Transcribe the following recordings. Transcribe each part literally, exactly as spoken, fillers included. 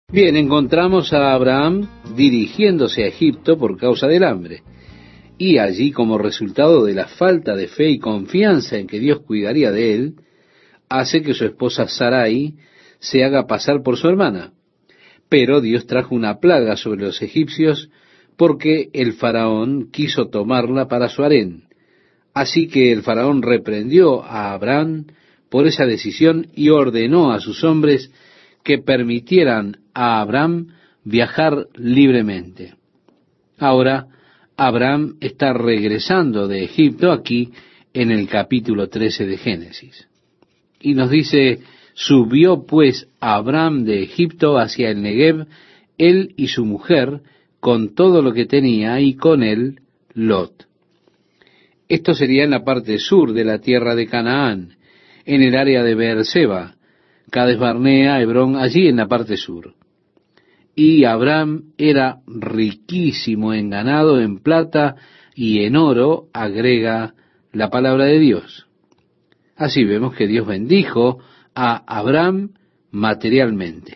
Bien, encontramos a Abraham dirigiéndose a Egipto por causa del hambre. Y allí, como resultado de la falta de fe y confianza en que Dios cuidaría de él, hace que su esposa Sarai se haga pasar por su hermana. Pero Dios trajo una plaga sobre los egipcios porque el faraón quiso tomarla para su harén. Así que el faraón reprendió a Abraham por esa decisión y ordenó a sus hombres que permitieran a Abraham viajar libremente. Ahora, Abraham está regresando de Egipto aquí en el capítulo trece de Génesis. Y nos dice, subió pues Abraham de Egipto hacia el Negev, él y su mujer, con todo lo que tenía, y con él Lot. Esto sería en la parte sur de la tierra de Canaán, en el área de Beerseba, Cades Barnea, Hebrón, allí en la parte sur. Y Abraham era riquísimo en ganado, en plata y en oro, agrega la palabra de Dios. Así vemos que Dios bendijo a Abraham materialmente.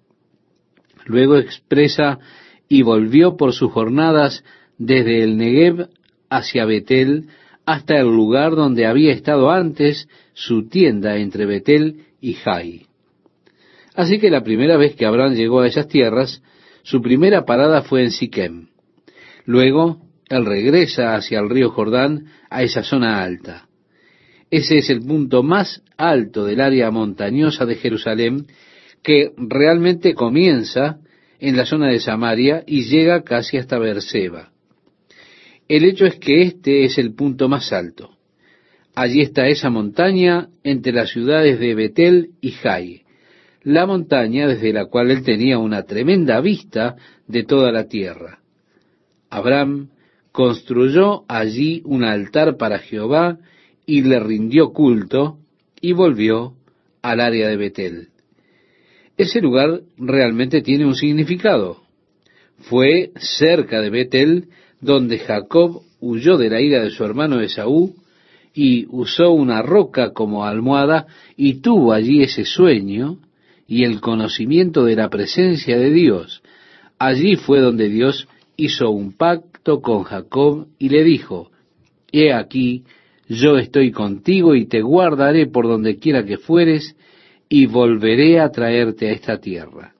Luego expresa, y volvió por sus jornadas desde el Negev hacia Betel, hasta el lugar donde había estado antes su tienda entre Betel y Jai. Así que la primera vez que Abraham llegó a esas tierras, su primera parada fue en Siquem. Luego, él regresa hacia el río Jordán, a esa zona alta. Ese es el punto más alto del área montañosa de Jerusalén, que realmente comienza en la zona de Samaria y llega casi hasta Beerseba. El hecho es que este es el punto más alto. Allí está esa montaña entre las ciudades de Betel y Jai, la montaña desde la cual él tenía una tremenda vista de toda la tierra. Abraham construyó allí un altar para Jehová y le rindió culto y volvió al área de Betel. Ese lugar realmente tiene un significado. Fue cerca de Betel donde Jacob huyó de la ira de su hermano Esaú y usó una roca como almohada y tuvo allí ese sueño y el conocimiento de la presencia de Dios. Allí fue donde Dios hizo un pacto con Jacob y le dijo, he aquí, yo estoy contigo y te guardaré por donde quiera que fueres y volveré a traerte a esta tierra.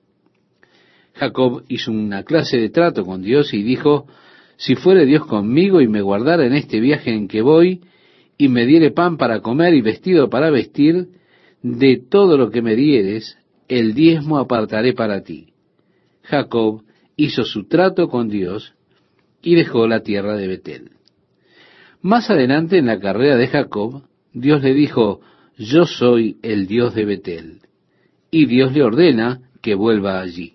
Jacob hizo una clase de trato con Dios y dijo, si fuere Dios conmigo y me guardara en este viaje en que voy, y me diere pan para comer y vestido para vestir, de todo lo que me dieres, el diezmo apartaré para ti. Jacob hizo su trato con Dios y dejó la tierra de Betel. Más adelante en la carrera de Jacob, Dios le dijo, yo soy el Dios de Betel, y Dios le ordena que vuelva allí.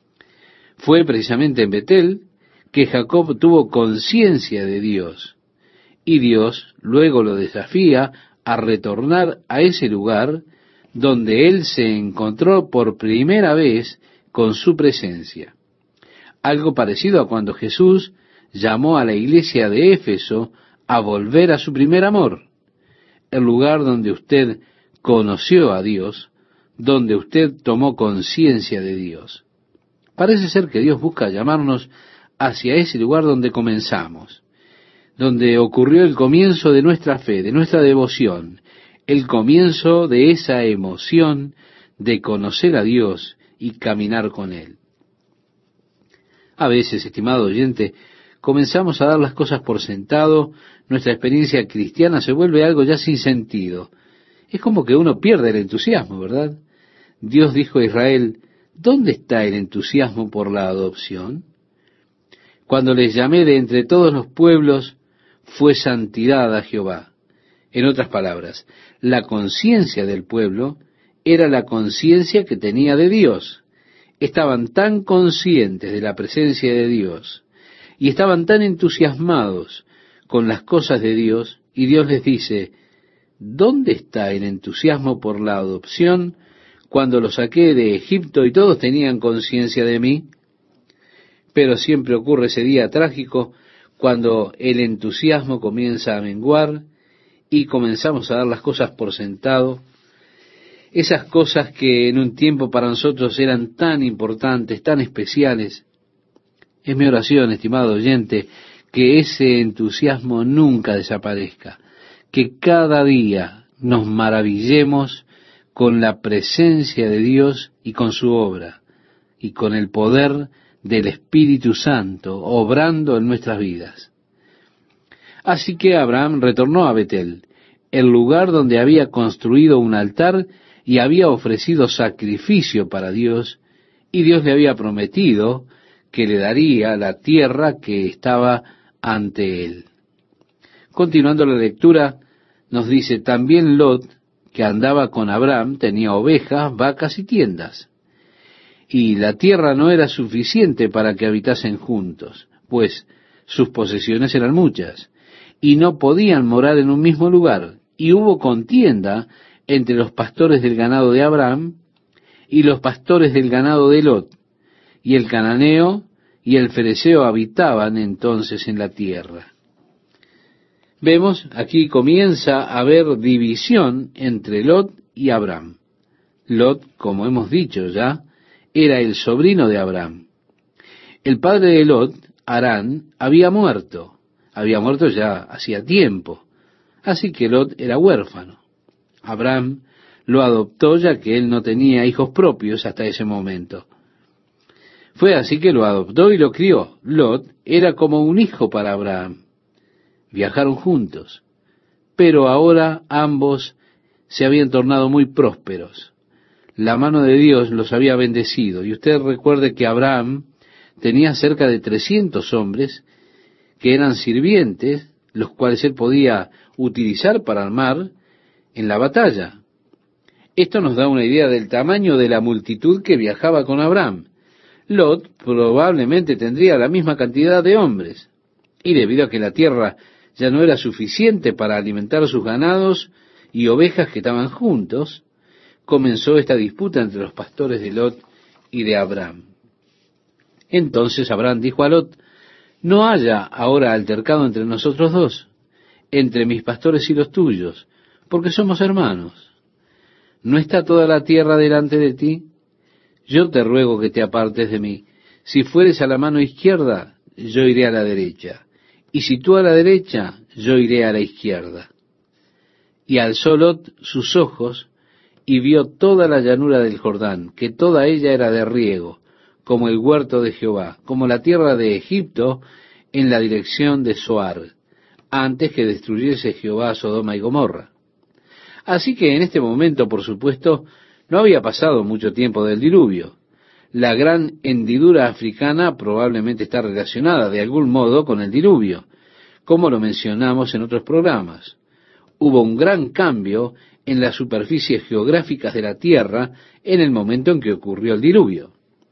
Fue precisamente en Betel que Jacob tuvo conciencia de Dios, y Dios luego lo desafía a retornar a ese lugar donde él se encontró por primera vez con su presencia. Algo parecido a cuando Jesús llamó a la iglesia de Éfeso a volver a su primer amor, el lugar donde usted conoció a Dios, donde usted tomó conciencia de Dios. Parece ser que Dios busca llamarnos hacia ese lugar donde comenzamos, donde ocurrió el comienzo de nuestra fe, de nuestra devoción, el comienzo de esa emoción de conocer a Dios y caminar con Él. A veces, estimado oyente, comenzamos a dar las cosas por sentado, nuestra experiencia cristiana se vuelve algo ya sin sentido. Es como que uno pierde el entusiasmo, ¿verdad? Dios dijo a Israel, ¿dónde está el entusiasmo por la adopción? Cuando les llamé de entre todos los pueblos, fue santidad a Jehová. En otras palabras, la conciencia del pueblo era la conciencia que tenía de Dios. Estaban tan conscientes de la presencia de Dios y estaban tan entusiasmados con las cosas de Dios, y Dios les dice, ¿dónde está el entusiasmo por la adopción cuando los saqué de Egipto y todos tenían conciencia de mí? Pero siempre ocurre ese día trágico cuando el entusiasmo comienza a menguar y comenzamos a dar las cosas por sentado esas cosas que en un tiempo para nosotros eran tan importantes, tan especiales. Es mi oración, estimado oyente, que ese entusiasmo nunca desaparezca, que cada día nos maravillemos con la presencia de Dios y con su obra, y con el poder del Espíritu Santo obrando en nuestras vidas. Así que Abraham retornó a Betel, el lugar donde había construido un altar y había ofrecido sacrificio para Dios, y Dios le había prometido que le daría la tierra que estaba ante él. Continuando la lectura, nos dice, también Lot, que andaba con Abraham, tenía ovejas, vacas y tiendas. Y la tierra no era suficiente para que habitasen juntos, pues sus posesiones eran muchas, y no podían morar en un mismo lugar. Y hubo contienda entre los pastores del ganado de Abraham y los pastores del ganado de Lot, y el cananeo y el fereceo habitaban entonces en la tierra. Vemos, aquí comienza a haber división entre Lot y Abraham. Lot, como hemos dicho ya, era el sobrino de Abraham. El padre de Lot, Harán, había muerto. Había muerto ya hacía tiempo. Así que Lot era huérfano. Abraham lo adoptó ya que él no tenía hijos propios hasta ese momento. Fue así que lo adoptó y lo crió. Lot era como un hijo para Abraham. Viajaron juntos, pero ahora ambos se habían tornado muy prósperos. La mano de Dios los había bendecido. Y usted recuerde que Abraham tenía cerca de trescientos hombres que eran sirvientes, los cuales él podía utilizar para armar en la batalla. Esto nos da una idea del tamaño de la multitud que viajaba con Abraham. Lot probablemente tendría la misma cantidad de hombres, y debido a que la tierra ya no era suficiente para alimentar sus ganados y ovejas que estaban juntos, comenzó esta disputa entre los pastores de Lot y de Abraham. Entonces Abraham dijo a Lot, no haya ahora altercado entre nosotros dos, entre mis pastores y los tuyos, porque somos hermanos. ¿No está toda la tierra delante de ti? Yo te ruego que te apartes de mí. Si fueres a la mano izquierda, yo iré a la derecha. Y si tú a la derecha, yo iré a la izquierda. Y alzó Lot sus ojos y vio toda la llanura del Jordán, que toda ella era de riego, como el huerto de Jehová, como la tierra de Egipto en la dirección de Zoar, antes que destruyese Jehová Sodoma y Gomorra. Así que en este momento, por supuesto, no había pasado mucho tiempo del diluvio. La gran hendidura africana probablemente está relacionada de algún modo con el diluvio, como lo mencionamos en otros programas. Hubo un gran cambio en las superficies geográficas de la tierra en el momento en que ocurrió el diluvio.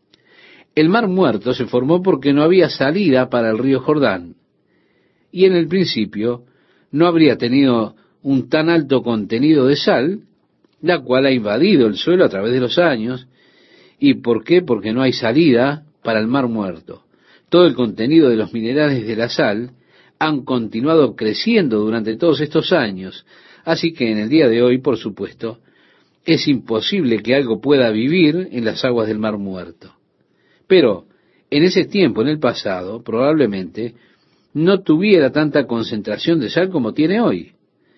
El Mar Muerto se formó porque no había salida para el río Jordán, y en el principio no habría tenido un tan alto contenido de sal, la cual ha invadido el suelo a través de los años. ¿Y por qué? Porque no hay salida para el Mar Muerto. Todo el contenido de los minerales de la sal han continuado creciendo durante todos estos años, así que en el día de hoy, por supuesto, es imposible que algo pueda vivir en las aguas del Mar Muerto. Pero en ese tiempo, en el pasado, probablemente no tuviera tanta concentración de sal como tiene hoy.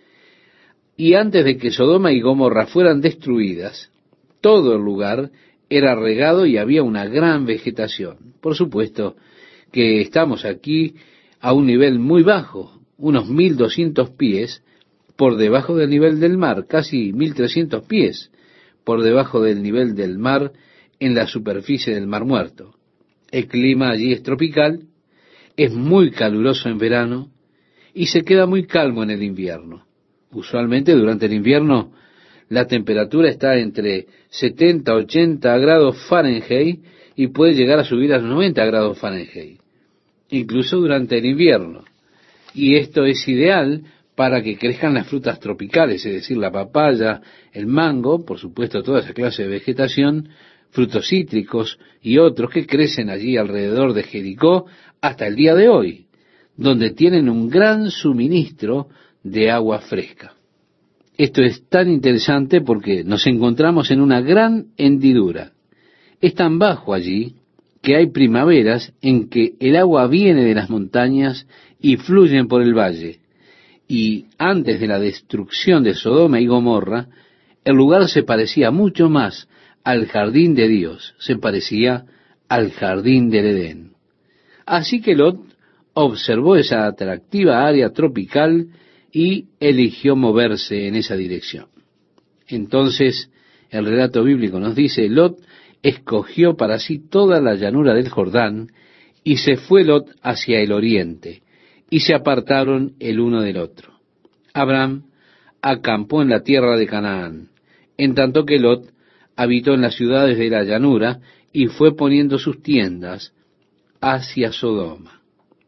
Y antes de que Sodoma y Gomorra fueran destruidas, todo el lugar era regado y había una gran vegetación. Por supuesto que estamos aquí a un nivel muy bajo, unos mil doscientos pies por debajo del nivel del mar, casi mil trescientos pies por debajo del nivel del mar en la superficie del Mar Muerto. El clima allí es tropical, es muy caluroso en verano y se queda muy calmo en el invierno. Usualmente durante el invierno la temperatura está entre setenta a ochenta grados Fahrenheit y puede llegar a subir a los noventa grados Fahrenheit, incluso durante el invierno. Y esto es ideal para que crezcan las frutas tropicales, es decir, la papaya, el mango, por supuesto toda esa clase de vegetación, frutos cítricos y otros que crecen allí alrededor de Jericó hasta el día de hoy, donde tienen un gran suministro de agua fresca. Esto es tan interesante porque nos encontramos en una gran hendidura. Es tan bajo allí que hay primaveras en que el agua viene de las montañas y fluyen por el valle. Y antes de la destrucción de Sodoma y Gomorra, el lugar se parecía mucho más al jardín de Dios, se parecía al jardín del Edén. Así que Lot observó esa atractiva área tropical y eligió moverse en esa dirección. Entonces, el relato bíblico nos dice, Lot escogió para sí toda la llanura del Jordán, y se fue Lot hacia el oriente, y se apartaron el uno del otro. Abraham acampó en la tierra de Canaán, en tanto que Lot habitó en las ciudades de la llanura, y fue poniendo sus tiendas hacia Sodoma.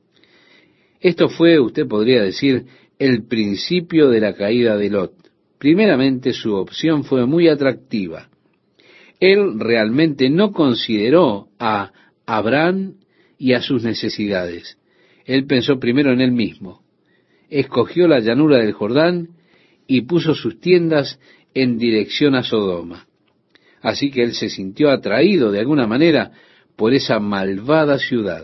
Esto fue, usted podría decir, el principio de la caída de Lot. Primeramente, su opción fue muy atractiva. Él realmente no consideró a Abraham y a sus necesidades. Él pensó primero en él mismo. Escogió la llanura del Jordán y puso sus tiendas en dirección a Sodoma. Así que él se sintió atraído de alguna manera por esa malvada ciudad.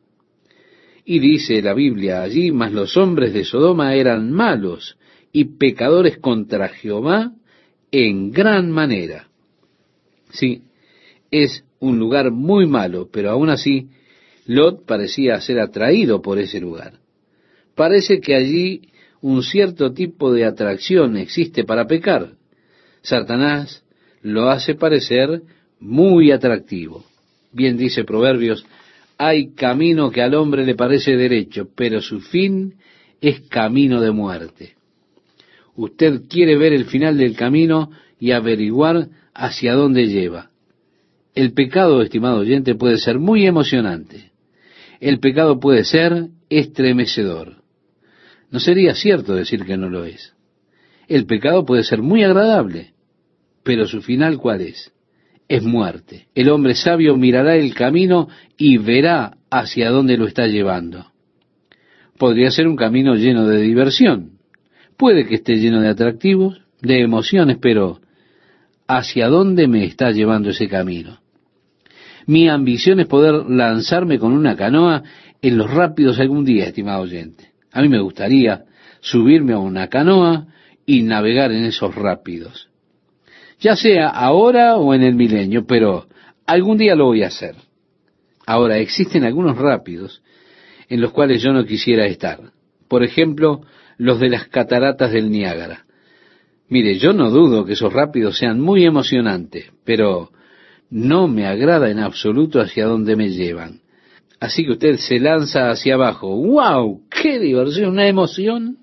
Y dice la Biblia allí, mas los hombres de Sodoma eran malos y pecadores contra Jehová en gran manera. Sí, es un lugar muy malo, pero aún así Lot parecía ser atraído por ese lugar. Parece que allí un cierto tipo de atracción existe para pecar. Satanás lo hace parecer muy atractivo. Bien dice Proverbios, hay camino que al hombre le parece derecho, pero su fin es camino de muerte. Usted quiere ver el final del camino y averiguar hacia dónde lleva. El pecado, estimado oyente, puede ser muy emocionante. El pecado puede ser estremecedor. No sería cierto decir que no lo es. El pecado puede ser muy agradable, pero su final, ¿cuál es? Es muerte. El hombre sabio mirará el camino y verá hacia dónde lo está llevando. Podría ser un camino lleno de diversión. Puede que esté lleno de atractivos, de emociones, pero ¿hacia dónde me está llevando ese camino? Mi ambición es poder lanzarme con una canoa en los rápidos algún día, estimado oyente. A mí me gustaría subirme a una canoa y navegar en esos rápidos. Ya sea ahora o en el milenio, pero algún día lo voy a hacer. Ahora, existen algunos rápidos en los cuales yo no quisiera estar. Por ejemplo, los de las cataratas del Niágara. Mire, yo no dudo que esos rápidos sean muy emocionantes, pero no me agrada en absoluto hacia dónde me llevan. Así que usted se lanza hacia abajo. ¡Wow! ¡Qué diversión! ¿Una emoción?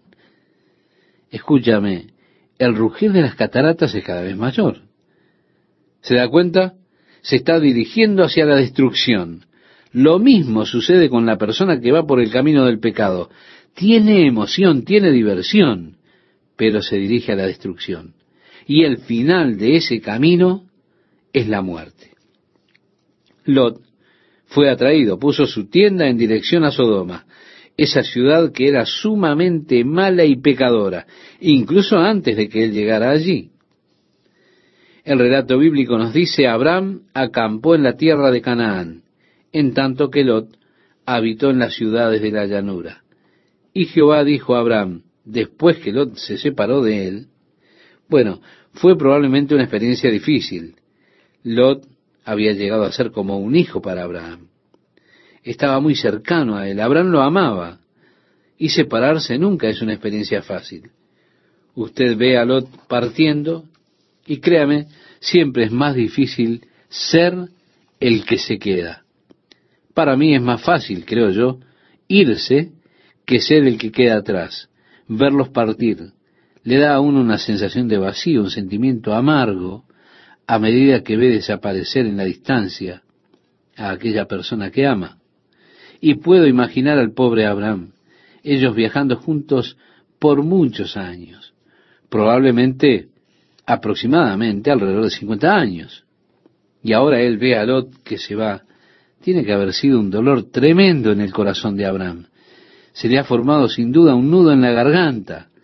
Escúchame, el rugir de las cataratas es cada vez mayor. ¿Se da cuenta? Se está dirigiendo hacia la destrucción. Lo mismo sucede con la persona que va por el camino del pecado. Tiene emoción, tiene diversión, pero se dirige a la destrucción. Y el final de ese camino es la muerte. Lot fue atraído, puso su tienda en dirección a Sodoma, esa ciudad que era sumamente mala y pecadora, incluso antes de que él llegara allí. El relato bíblico nos dice, Abraham acampó en la tierra de Canaán, en tanto que Lot habitó en las ciudades de la llanura. Y Jehová dijo a Abraham, después que Lot se separó de él, bueno, fue probablemente una experiencia difícil. Lot había llegado a ser como un hijo para Abraham. Estaba muy cercano a él, Abraham lo amaba, y separarse nunca es una experiencia fácil. Usted ve a Lot partiendo, y créame, siempre es más difícil ser el que se queda. Para mí es más fácil, creo yo, irse que ser el que queda atrás. Verlos partir le da a uno una sensación de vacío, un sentimiento amargo, a medida que ve desaparecer en la distancia a aquella persona que ama. Y puedo imaginar al pobre Abraham, ellos viajando juntos por muchos años, probablemente aproximadamente alrededor de cincuenta años. Y ahora él ve a Lot que se va. Tiene que haber sido un dolor tremendo en el corazón de Abraham. Se le ha formado sin duda un nudo en la garganta.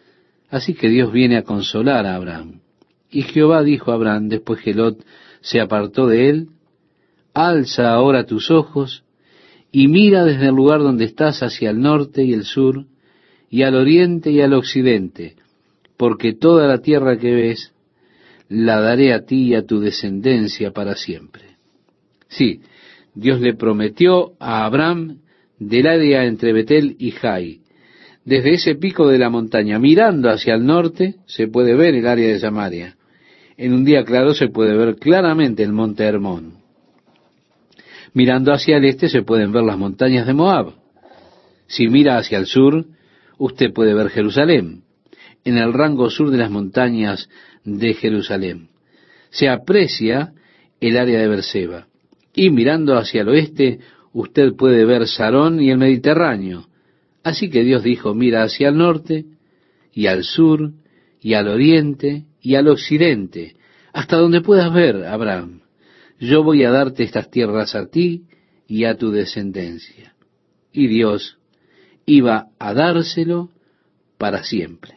Así que Dios viene a consolar a Abraham. Y Jehová dijo a Abraham, después que Lot se apartó de él: alza ahora tus ojos y mira desde el lugar donde estás hacia el norte y el sur, y al oriente y al occidente, porque toda la tierra que ves la daré a ti y a tu descendencia para siempre. Sí, Dios le prometió a Abraham del área entre Betel y Jai. Desde ese pico de la montaña, mirando hacia el norte, se puede ver el área de Samaria. En un día claro se puede ver claramente el monte Hermón. Mirando hacia el este se pueden ver las montañas de Moab. Si mira hacia el sur, usted puede ver Jerusalén, en el rango sur de las montañas de Jerusalén. Se aprecia el área de Berseba. Y mirando hacia el oeste, usted puede ver Sarón y el Mediterráneo. Así que Dios dijo: mira hacia el norte, y al sur, y al oriente, y al occidente, hasta donde puedas ver, Abraham. Yo voy a darte estas tierras a ti y a tu descendencia. Y Dios iba a dárselo para siempre.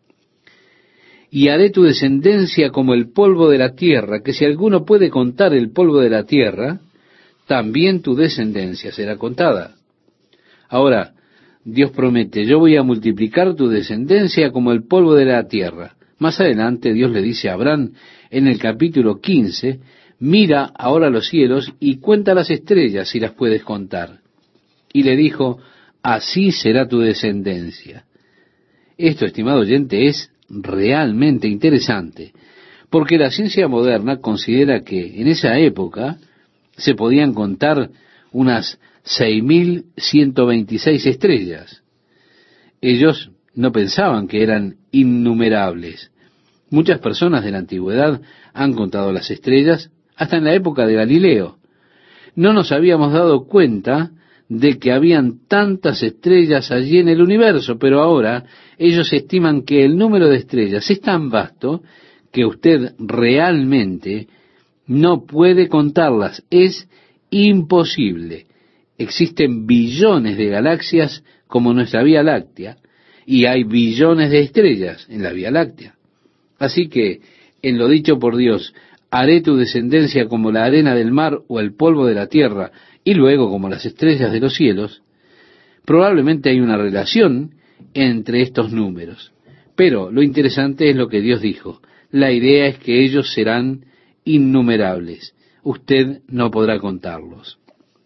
Y haré tu descendencia como el polvo de la tierra, que si alguno puede contar el polvo de la tierra, también tu descendencia será contada. Ahora, Dios promete: yo voy a multiplicar tu descendencia como el polvo de la tierra. Más adelante Dios le dice a Abraham en el capítulo quince: mira ahora los cielos y cuenta las estrellas si las puedes contar. Y le dijo: así será tu descendencia. Esto, estimado oyente, es realmente interesante, porque la ciencia moderna considera que en esa época se podían contar unas seis mil ciento veintiséis estrellas. Ellos no pensaban que eran innumerables. Muchas personas de la antigüedad han contado las estrellas hasta en la época de Galileo. No nos habíamos dado cuenta de que habían tantas estrellas allí en el universo, pero ahora ellos estiman que el número de estrellas es tan vasto que usted realmente no puede contarlas. Es imposible. Existen billones de galaxias como nuestra Vía Láctea, y hay billones de estrellas en la Vía Láctea. Así que, en lo dicho por Dios: haré tu descendencia como la arena del mar o el polvo de la tierra, y luego como las estrellas de los cielos, probablemente hay una relación entre estos números. Pero lo interesante es lo que Dios dijo: la idea es que ellos serán innumerables. Usted no podrá contarlos.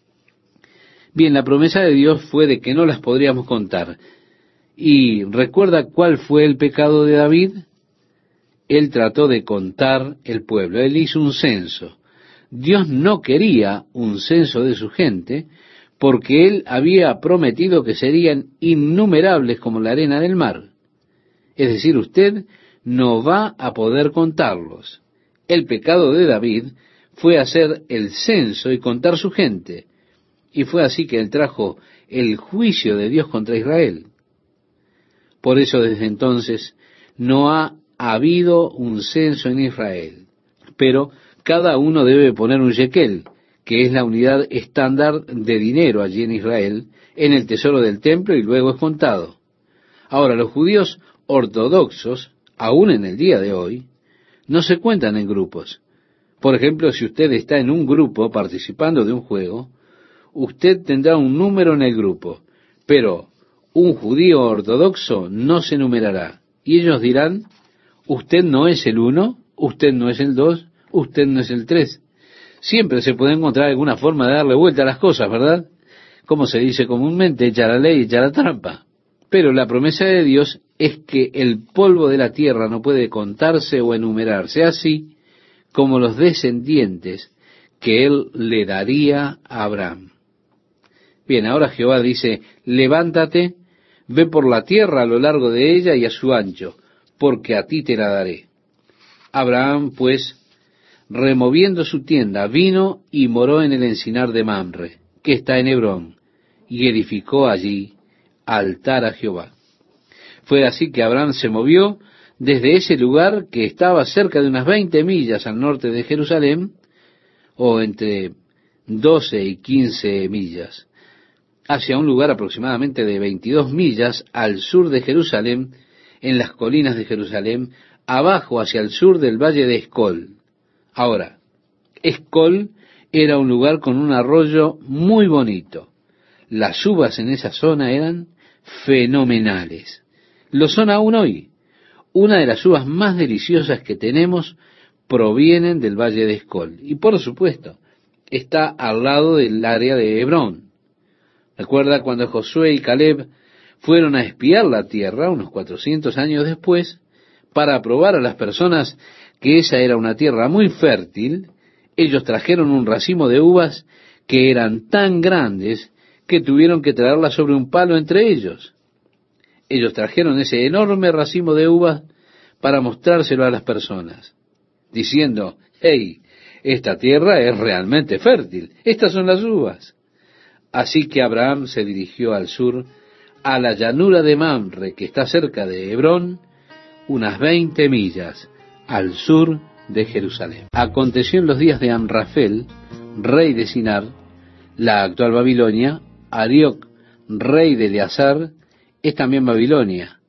Bien, la promesa de Dios fue de que no las podríamos contar. ¿Y recuerda cuál fue el pecado de David? Él trató de contar el pueblo. Él hizo un censo. Dios no quería un censo de su gente, porque Él había prometido que serían innumerables como la arena del mar. Es decir, usted no va a poder contarlos. El pecado de David fue hacer el censo y contar su gente. Y fue así que Él trajo el juicio de Dios contra Israel. Por eso desde entonces no ha habido un censo en Israel. Pero cada uno debe poner un shekel, que es la unidad estándar de dinero allí en Israel, en el tesoro del templo, y luego es contado. Ahora, los judíos ortodoxos, aún en el día de hoy, no se cuentan en grupos. Por ejemplo, si usted está en un grupo participando de un juego, usted tendrá un número en el grupo, pero un judío ortodoxo no se numerará. Y ellos dirán: usted no es el uno, usted no es el dos, usted no es el tres. Siempre se puede encontrar alguna forma de darle vuelta a las cosas, ¿verdad? Como se dice comúnmente: echa la ley, echa la trampa. Pero la promesa de Dios es que el polvo de la tierra no puede contarse o enumerarse, así como los descendientes que Él le daría a Abraham. Bien, ahora Jehová dice: levántate, ve por la tierra a lo largo de ella y a su ancho, porque a ti te la daré. Abraham, pues, removiendo su tienda, vino y moró en el encinar de Mamre, que está en Hebrón, y edificó allí altar a Jehová. Fue así que Abraham se movió desde ese lugar, que estaba cerca de unas veinte millas al norte de Jerusalén, o entre doce y quince millas, hacia un lugar aproximadamente de veintidós millas al sur de Jerusalén, en las colinas de Jerusalén, abajo hacia el sur del valle de Escol. Ahora, Escol era un lugar con un arroyo muy bonito. Las uvas en esa zona eran fenomenales. Lo son aún hoy. Una de las uvas más deliciosas que tenemos provienen del valle de Escol. Y por supuesto, está al lado del área de Hebrón. Recuerda cuando Josué y Caleb fueron a espiar la tierra unos cuatrocientos años después, para probar a las personas que esa era una tierra muy fértil. Ellos trajeron un racimo de uvas que eran tan grandes que tuvieron que traerlas sobre un palo entre ellos. Ellos trajeron ese enorme racimo de uvas para mostrárselo a las personas, diciendo, hey, esta tierra es realmente fértil, estas son las uvas. Así que Abraham se dirigió al sur, a la llanura de Mamre, que está cerca de Hebrón, unas veinte millas al sur de Jerusalén. Aconteció en los días de Amrafel, rey de Sinar, la actual Babilonia, Arioc, rey de Eleazar, es también Babilonia,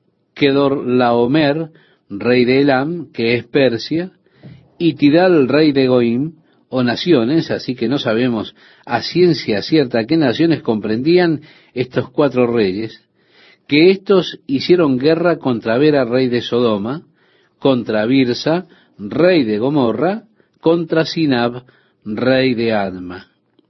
Kedorlaomer, rey de Elam, que es Persia, y Tidal, rey de Goim, o naciones, así que no sabemos a ciencia cierta qué naciones comprendían estos cuatro reyes, que éstos hicieron guerra contra Bera, rey de Sodoma, contra Birsa, rey de Gomorra, contra Sinab, rey de Adma.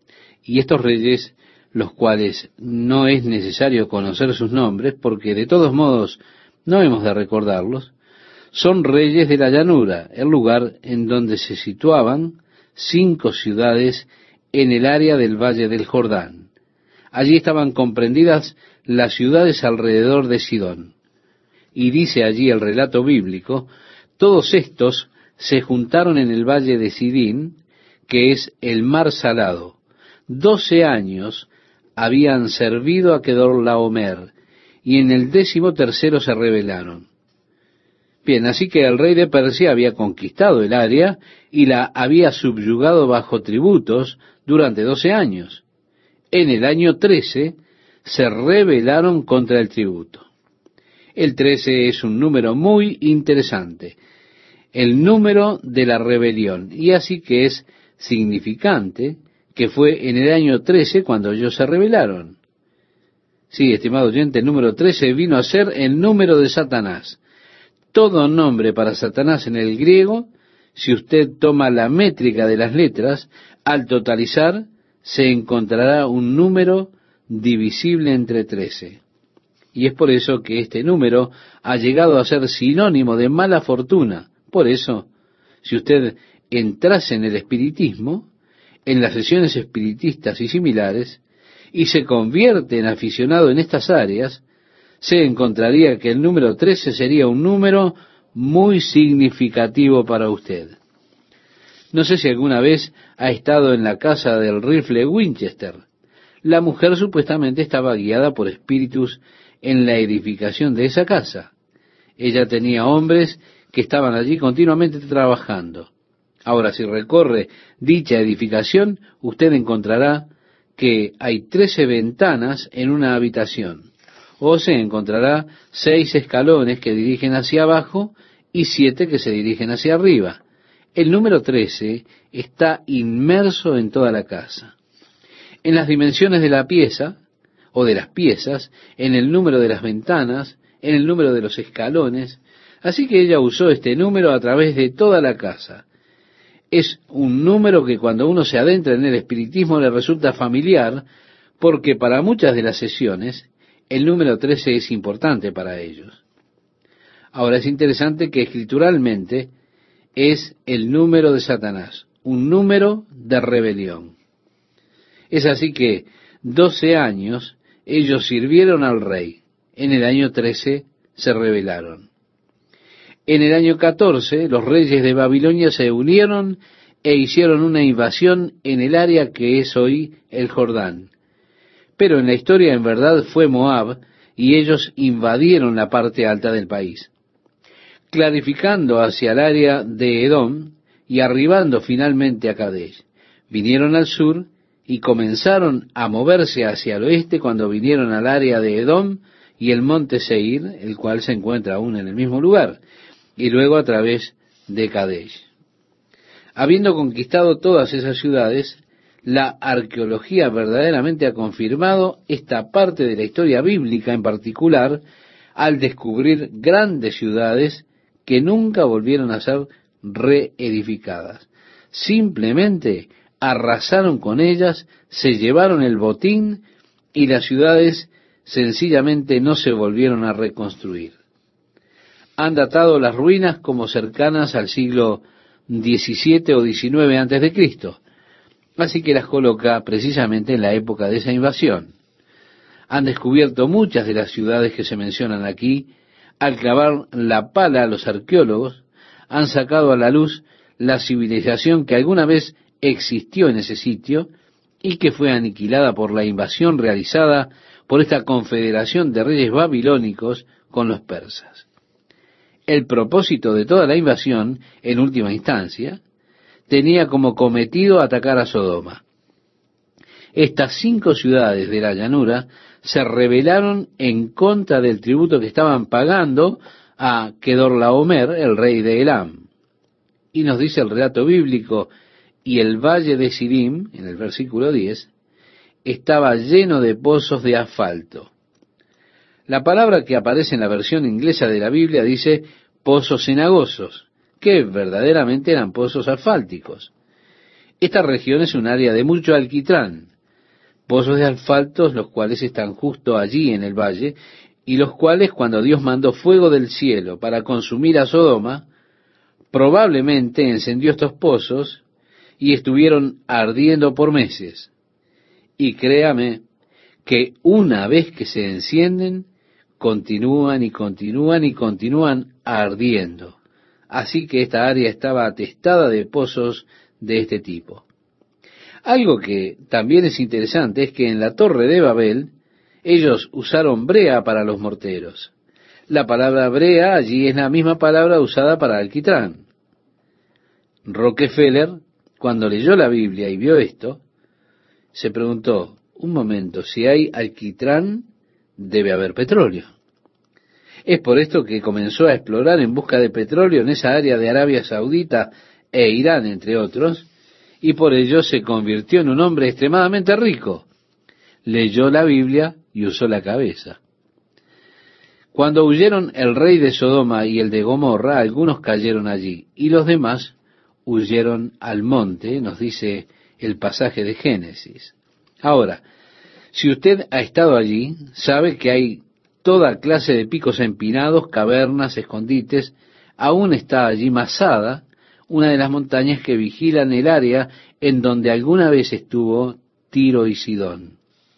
Y estos reyes, los cuales no es necesario conocer sus nombres, porque de todos modos no hemos de recordarlos, son reyes de la llanura, el lugar en donde se situaban cinco ciudades en el área del valle del Jordán. Allí estaban comprendidas las ciudades alrededor de Sidón. Y dice allí el relato bíblico, todos estos se juntaron en el valle de Sidín, que es el mar salado. Doce años habían servido a Kedorlaomer, y en el décimo tercero se rebelaron. Bien, así que el rey de Persia había conquistado el área y la había subyugado bajo tributos durante doce años. En el año trece se rebelaron contra el tributo. El trece es un número muy interesante, el número de la rebelión, y así que es significante que fue en el año trece cuando ellos se rebelaron. Sí, estimado oyente, el número trece vino a ser el número de Satanás. Todo nombre para Satanás en el griego, si usted toma la métrica de las letras, al totalizar se encontrará un número divisible entre trece. Y es por eso que este número ha llegado a ser sinónimo de mala fortuna. Por eso, si usted entrase en el espiritismo, en las sesiones espiritistas y similares, y se convierte en aficionado en estas áreas, se encontraría que el número trece sería un número muy significativo para usted. No sé si alguna vez ha estado en la casa del rifle Winchester. La mujer supuestamente estaba guiada por espíritus en la edificación de esa casa. Ella tenía hombres que estaban allí continuamente trabajando. Ahora, si recorre dicha edificación, usted encontrará que hay trece ventanas en una habitación, o se encontrará seis escalones que dirigen hacia abajo y siete que se dirigen hacia arriba. El número trece está inmerso en toda la casa. En las dimensiones de la pieza, o de las piezas, en el número de las ventanas, en el número de los escalones, así que ella usó este número a través de toda la casa. Es un número que cuando uno se adentra en el espiritismo le resulta familiar, porque para muchas de las sesiones el número trece es importante para ellos. Ahora es interesante que escrituralmente es el número de Satanás, un número de rebelión. Es así que doce años ellos sirvieron al rey, en el año trece se rebelaron. En el año catorce, los reyes de Babilonia se unieron e hicieron una invasión en el área que es hoy el Jordán. Pero en la historia en verdad fue Moab, y ellos invadieron la parte alta del país, clarificando hacia el área de Edom y arribando finalmente a Kadesh. Vinieron al sur y comenzaron a moverse hacia el oeste cuando vinieron al área de Edom y el monte Seir, el cual se encuentra aún en el mismo lugar, y luego a través de Kadesh. Habiendo conquistado todas esas ciudades, la arqueología verdaderamente ha confirmado esta parte de la historia bíblica en particular, al descubrir grandes ciudades que nunca volvieron a ser reedificadas. Simplemente arrasaron con ellas, se llevaron el botín y las ciudades sencillamente no se volvieron a reconstruir. Han datado las ruinas como cercanas al siglo diecisiete o diecinueve antes de Cristo, así que las coloca precisamente en la época de esa invasión. Han descubierto muchas de las ciudades que se mencionan aquí. Al clavar la pala a los arqueólogos, han sacado a la luz la civilización que alguna vez existió en ese sitio y que fue aniquilada por la invasión realizada por esta confederación de reyes babilónicos con los persas. El propósito de toda la invasión, en última instancia, tenía como cometido atacar a Sodoma. Estas cinco ciudades de la llanura se rebelaron en contra del tributo que estaban pagando a Kedorlaomer, el rey de Elam. Y nos dice el relato bíblico, y el valle de Sidim, en el versículo diez, estaba lleno de pozos de asfalto. La palabra que aparece en la versión inglesa de la Biblia dice pozos cenagosos, que verdaderamente eran pozos asfálticos. Esta región es un área de mucho alquitrán, pozos de asfaltos, los cuales están justo allí en el valle, y los cuales, cuando Dios mandó fuego del cielo para consumir a Sodoma, probablemente encendió estos pozos y estuvieron ardiendo por meses. Y créame que una vez que se encienden, continúan y continúan y continúan ardiendo. Así que esta área estaba atestada de pozos de este tipo. Algo que también es interesante es que en la torre de Babel ellos usaron brea para los morteros. La palabra brea allí es la misma palabra usada para alquitrán. Rockefeller, cuando leyó la Biblia y vio esto, se preguntó, un momento, si hay alquitrán, debe haber petróleo. Es por esto que comenzó a explorar en busca de petróleo en esa área de Arabia Saudita e Irán, entre otros, y por ello se convirtió en un hombre extremadamente rico. Leyó la Biblia y usó la cabeza. Cuando huyeron el rey de Sodoma y el de Gomorra, algunos cayeron allí, y los demás huyeron al monte, nos dice el pasaje de Génesis. Ahora, si usted ha estado allí, sabe que hay toda clase de picos empinados, cavernas, escondites. Aún está allí Masada, una de las montañas que vigilan el área en donde alguna vez estuvo Tiro y Sidón.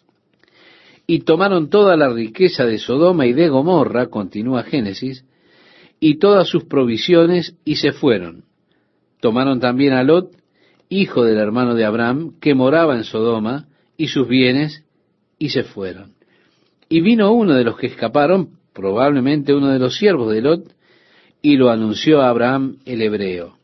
Y tomaron toda la riqueza de Sodoma y de Gomorra, continúa Génesis, y todas sus provisiones, y se fueron. Tomaron también a Lot, hijo del hermano de Abraham, que moraba en Sodoma, y sus bienes, y se fueron. Y vino uno de los que escaparon, probablemente uno de los siervos de Lot, y lo anunció a Abraham el hebreo.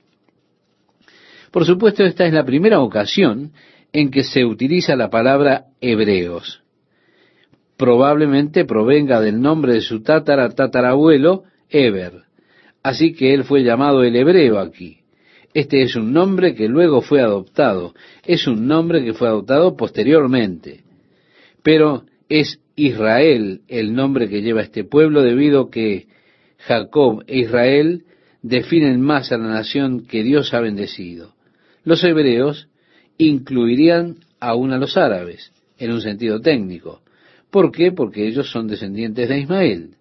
Por supuesto, esta es la primera ocasión en que se utiliza la palabra hebreos. Probablemente provenga del nombre de su tátara tatarabuelo, Eber. Así que él fue llamado el hebreo aquí. Este es un nombre que luego fue adoptado. Es un nombre que fue adoptado posteriormente. Pero es Israel el nombre que lleva este pueblo, debido a que Jacob e Israel definen más a la nación que Dios ha bendecido. Los hebreos incluirían aún a los árabes, en un sentido técnico. ¿Por qué? Porque ellos son descendientes de Ismael.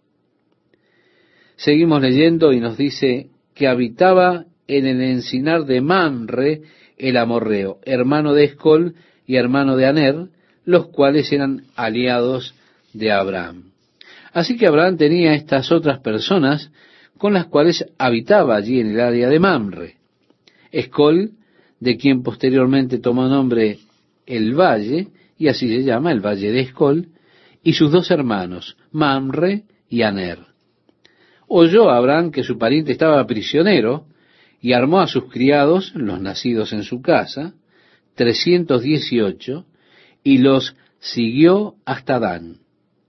Seguimos leyendo y nos dice que habitaba en el encinar de Mamre el amorreo, hermano de Escol y hermano de Aner, los cuales eran aliados de Abraham. Así que Abraham tenía estas otras personas con las cuales habitaba allí en el área de Mamre. Escol, de quien posteriormente tomó nombre el valle, y así se llama el valle de Escol, y sus dos hermanos, Mamre y Aner. Oyó Abraham que su pariente estaba prisionero, y armó a sus criados, los nacidos en su casa, trescientos dieciocho, y los siguió hasta Dan.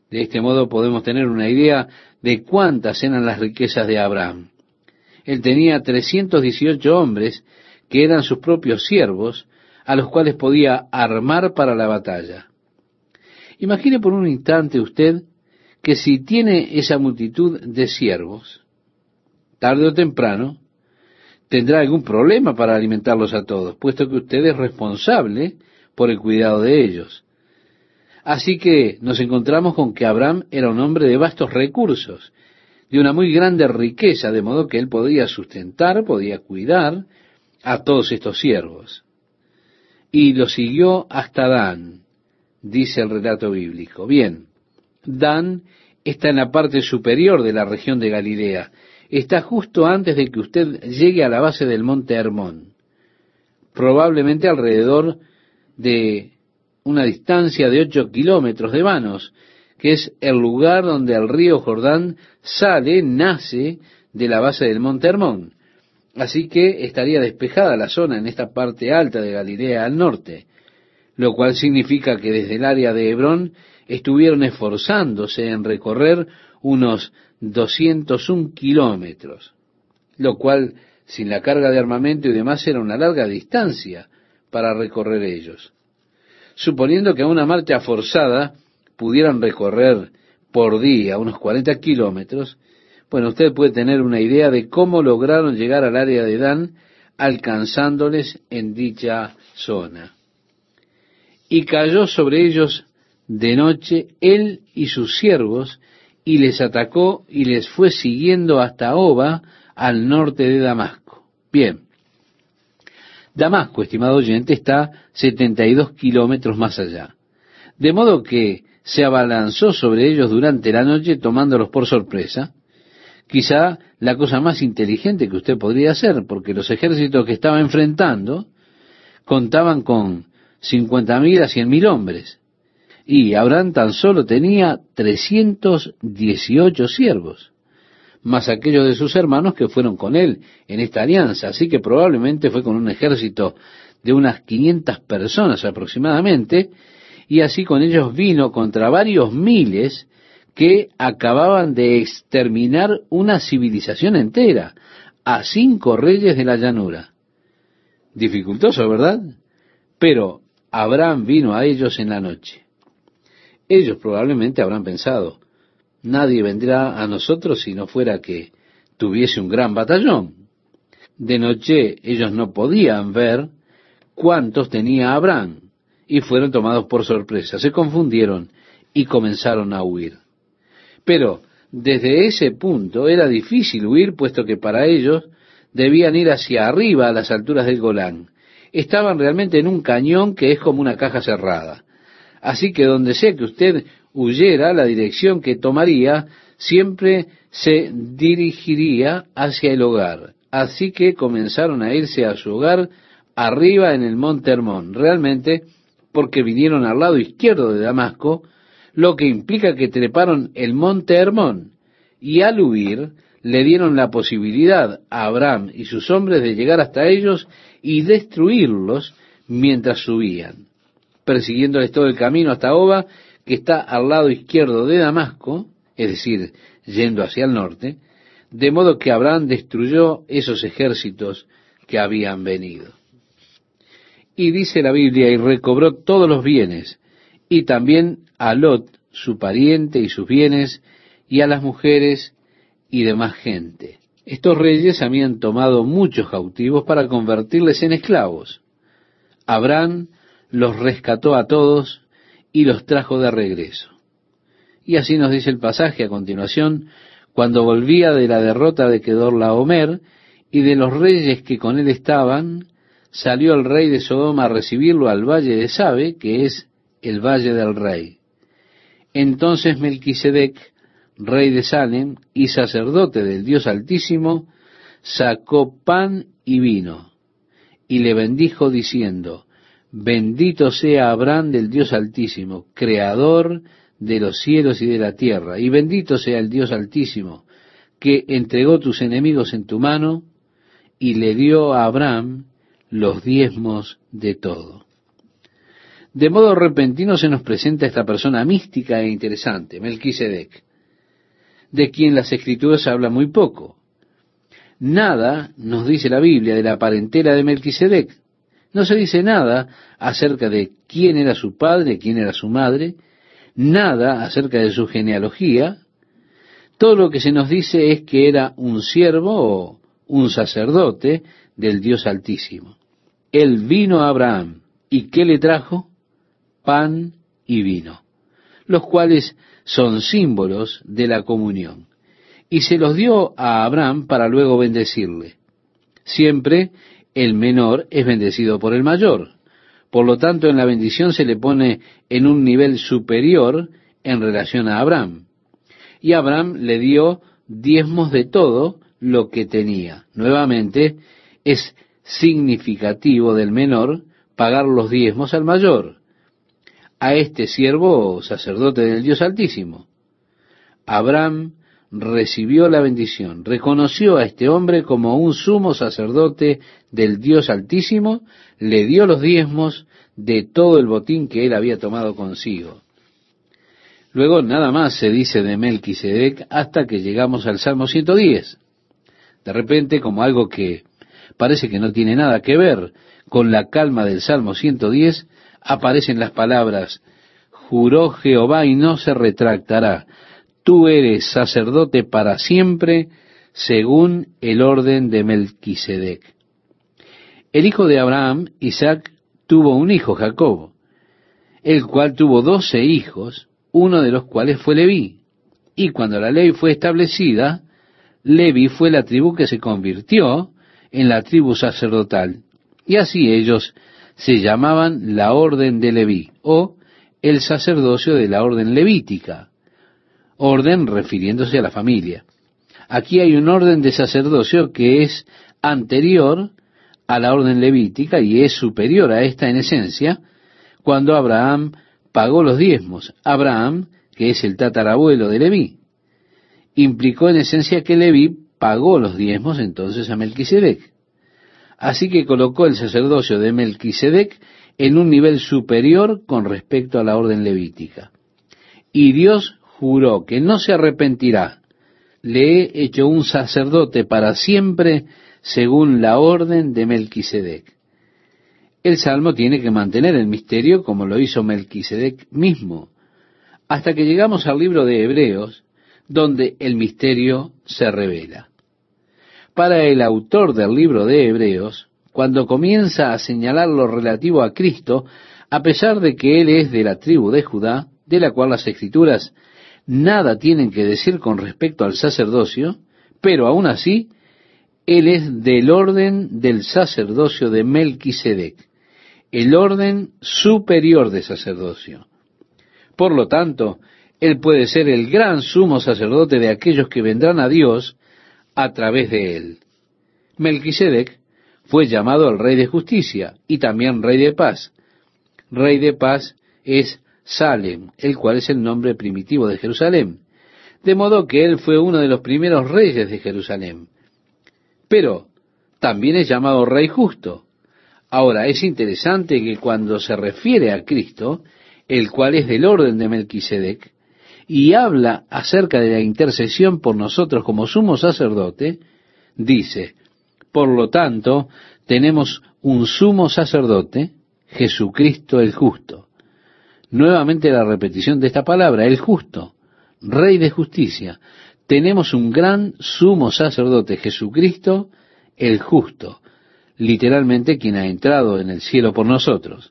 De este modo podemos tener una idea de cuántas eran las riquezas de Abraham. Él tenía trescientos dieciocho hombres que eran sus propios siervos, a los cuales podía armar para la batalla. Imagine por un instante usted que si tiene esa multitud de siervos, tarde o temprano, tendrá algún problema para alimentarlos a todos, puesto que usted es responsable por el cuidado de ellos. Así que nos encontramos con que Abraham era un hombre de vastos recursos, de una muy grande riqueza, de modo que él podía sustentar, podía cuidar a todos estos siervos. Y lo siguió hasta Dan, dice el relato bíblico. Bien, Dan está en la parte superior de la región de Galilea. Está justo antes de que usted llegue a la base del monte Hermón, probablemente alrededor de una distancia de ocho kilómetros de vanos, que es el lugar donde el río Jordán sale, nace de la base del monte Hermón. Así que estaría despejada la zona en esta parte alta de Galilea al norte, lo cual significa que desde el área de Hebrón estuvieron esforzándose en recorrer unos doscientos un kilómetros, lo cual, sin la carga de armamento y demás, era una larga distancia para recorrer ellos. Suponiendo que a una marcha forzada pudieran recorrer por día unos cuarenta kilómetros, bueno, usted puede tener una idea de cómo lograron llegar al área de Dan, alcanzándoles en dicha zona. Y cayó sobre ellos de noche él y sus siervos, y les atacó y les fue siguiendo hasta Oba, al norte de Damasco. Bien, Damasco, estimado oyente, está setenta y dos kilómetros más allá. De modo que se abalanzó sobre ellos durante la noche, tomándolos por sorpresa. Quizá la cosa más inteligente que usted podría hacer, porque los ejércitos que estaba enfrentando contaban con cincuenta mil a cien mil hombres, y Abraham tan solo tenía trescientos dieciocho siervos, más aquellos de sus hermanos que fueron con él en esta alianza, así que probablemente fue con un ejército de unas quinientas personas aproximadamente, y así con ellos vino contra varios miles que acababan de exterminar una civilización entera, a cinco reyes de la llanura. Dificultoso, ¿verdad? Pero Abraham vino a ellos en la noche. Ellos probablemente habrán pensado, nadie vendrá a nosotros si no fuera que tuviese un gran batallón. De noche ellos no podían ver cuántos tenía Abraham, y fueron tomados por sorpresa, se confundieron y comenzaron a huir. Pero desde ese punto era difícil huir, puesto que para ellos debían ir hacia arriba a las alturas del Golán. Estaban realmente en un cañón que es como una caja cerrada. Así que donde sea que usted huyera, la dirección que tomaría siempre se dirigiría hacia el hogar. Así que comenzaron a irse a su hogar arriba en el monte Hermón, realmente porque vinieron al lado izquierdo de Damasco, lo que implica que treparon el monte Hermón, y al huir le dieron la posibilidad a Abraham y sus hombres de llegar hasta ellos y destruirlos mientras subían, persiguiéndoles todo el camino hasta Oba, que está al lado izquierdo de Damasco, es decir, yendo hacia el norte, de modo que Abraham destruyó esos ejércitos que habían venido. Y dice la Biblia, y recobró todos los bienes, y también a Lot, su pariente, y sus bienes, y a las mujeres y demás gente. Estos reyes habían tomado muchos cautivos para convertirles en esclavos. Abraham los rescató a todos y los trajo de regreso. Y así nos dice el pasaje a continuación, cuando volvía de la derrota de Kedorlaomer y de los reyes que con él estaban, salió el rey de Sodoma a recibirlo al valle de Sabe, que es el valle del rey. Entonces Melquisedec, rey de Salem y sacerdote del Dios Altísimo, sacó pan y vino, y le bendijo diciendo, bendito sea Abraham del Dios Altísimo, creador de los cielos y de la tierra, y bendito sea el Dios Altísimo, que entregó tus enemigos en tu mano, y le dio a Abraham los diezmos de todo. De modo repentino se nos presenta esta persona mística e interesante, Melquisedec, de quien las Escrituras hablan muy poco. Nada nos dice la Biblia de la parentela de Melquisedec. No se dice nada acerca de quién era su padre, quién era su madre, nada acerca de su genealogía. Todo lo que se nos dice es que era un siervo o un sacerdote del Dios Altísimo. Él vino a Abraham, ¿y qué le trajo? Pan y vino, los cuales son símbolos de la comunión. Y se los dio a Abraham para luego bendecirle. Siempre el menor es bendecido por el mayor. Por lo tanto, en la bendición se le pone en un nivel superior en relación a Abraham. Y Abraham le dio diezmos de todo lo que tenía. Nuevamente, es significativo del menor pagar los diezmos al mayor, a este siervo o sacerdote del Dios Altísimo. Abraham recibió la bendición, reconoció a este hombre como un sumo sacerdote del Dios Altísimo, le dio los diezmos de todo el botín que él había tomado consigo. Luego nada más se dice de Melquisedec hasta que llegamos al Salmo ciento diez. De repente, como algo que parece que no tiene nada que ver con la calma del Salmo ciento diez, aparecen las palabras: juró Jehová y no se retractará, tú eres sacerdote para siempre, según el orden de Melquisedec. El hijo de Abraham, Isaac, tuvo un hijo, Jacob, el cual tuvo doce hijos, uno de los cuales fue Leví. Y cuando la ley fue establecida, Leví fue la tribu que se convirtió en la tribu sacerdotal. Y así ellos se llamaban la orden de Leví, o el sacerdocio de la orden levítica. Orden refiriéndose a la familia. Aquí hay un orden de sacerdocio que es anterior a la orden levítica y es superior a esta en esencia, cuando Abraham pagó los diezmos. Abraham, que es el tatarabuelo de Leví, implicó en esencia que Leví pagó los diezmos entonces a Melquisedec. Así que colocó el sacerdocio de Melquisedec en un nivel superior con respecto a la orden levítica. Y Dios juró que no se arrepentirá. Le he hecho un sacerdote para siempre según la orden de Melquisedec. El Salmo tiene que mantener el misterio como lo hizo Melquisedec mismo, hasta que llegamos al libro de Hebreos, donde el misterio se revela. Para el autor del libro de Hebreos, cuando comienza a señalar lo relativo a Cristo, a pesar de que Él es de la tribu de Judá, de la cual las Escrituras nada tienen que decir con respecto al sacerdocio, pero aún así, Él es del orden del sacerdocio de Melquisedec, el orden superior de sacerdocio. Por lo tanto, Él puede ser el gran sumo sacerdote de aquellos que vendrán a Dios a través de él. Melquisedec fue llamado el Rey de Justicia y también Rey de Paz. Rey de Paz es Salem, el cual es el nombre primitivo de Jerusalén. De modo que él fue uno de los primeros reyes de Jerusalén. Pero también es llamado Rey Justo. Ahora, es interesante que cuando se refiere a Cristo, el cual es del orden de Melquisedec, y habla acerca de la intercesión por nosotros como sumo sacerdote, dice: por lo tanto, tenemos un sumo sacerdote, Jesucristo el justo. Nuevamente la repetición de esta palabra, el justo, Rey de justicia. Tenemos un gran sumo sacerdote, Jesucristo el justo, literalmente quien ha entrado en el cielo por nosotros.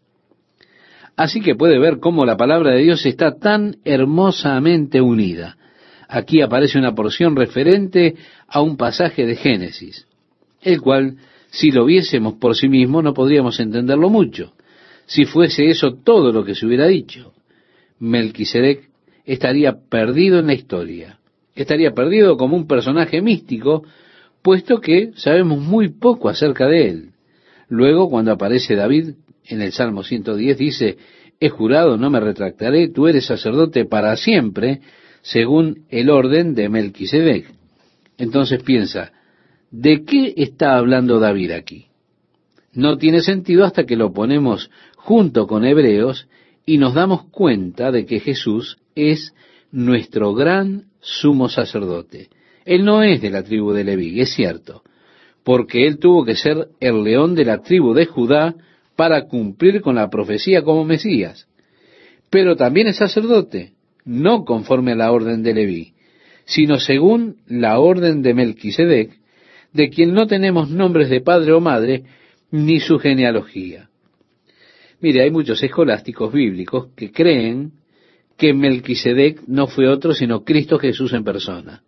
Así que puede ver cómo la palabra de Dios está tan hermosamente unida. Aquí aparece una porción referente a un pasaje de Génesis, el cual, si lo viésemos por sí mismo, no podríamos entenderlo mucho. Si fuese eso todo lo que se hubiera dicho, Melquisedec estaría perdido en la historia. Estaría perdido como un personaje místico, puesto que sabemos muy poco acerca de él. Luego, cuando aparece David, en el Salmo ciento diez dice: he jurado, no me retractaré, tú eres sacerdote para siempre, según el orden de Melquisedec. Entonces piensa, ¿de qué está hablando David aquí? No tiene sentido hasta que lo ponemos junto con Hebreos y nos damos cuenta de que Jesús es nuestro gran sumo sacerdote. Él no es de la tribu de Leví, es cierto, porque él tuvo que ser el león de la tribu de Judá para cumplir con la profecía como Mesías. Pero también es sacerdote, no conforme a la orden de Leví, sino según la orden de Melquisedec, de quien no tenemos nombres de padre o madre, ni su genealogía. Mire, hay muchos escolásticos bíblicos que creen que Melquisedec no fue otro sino Cristo Jesús en persona.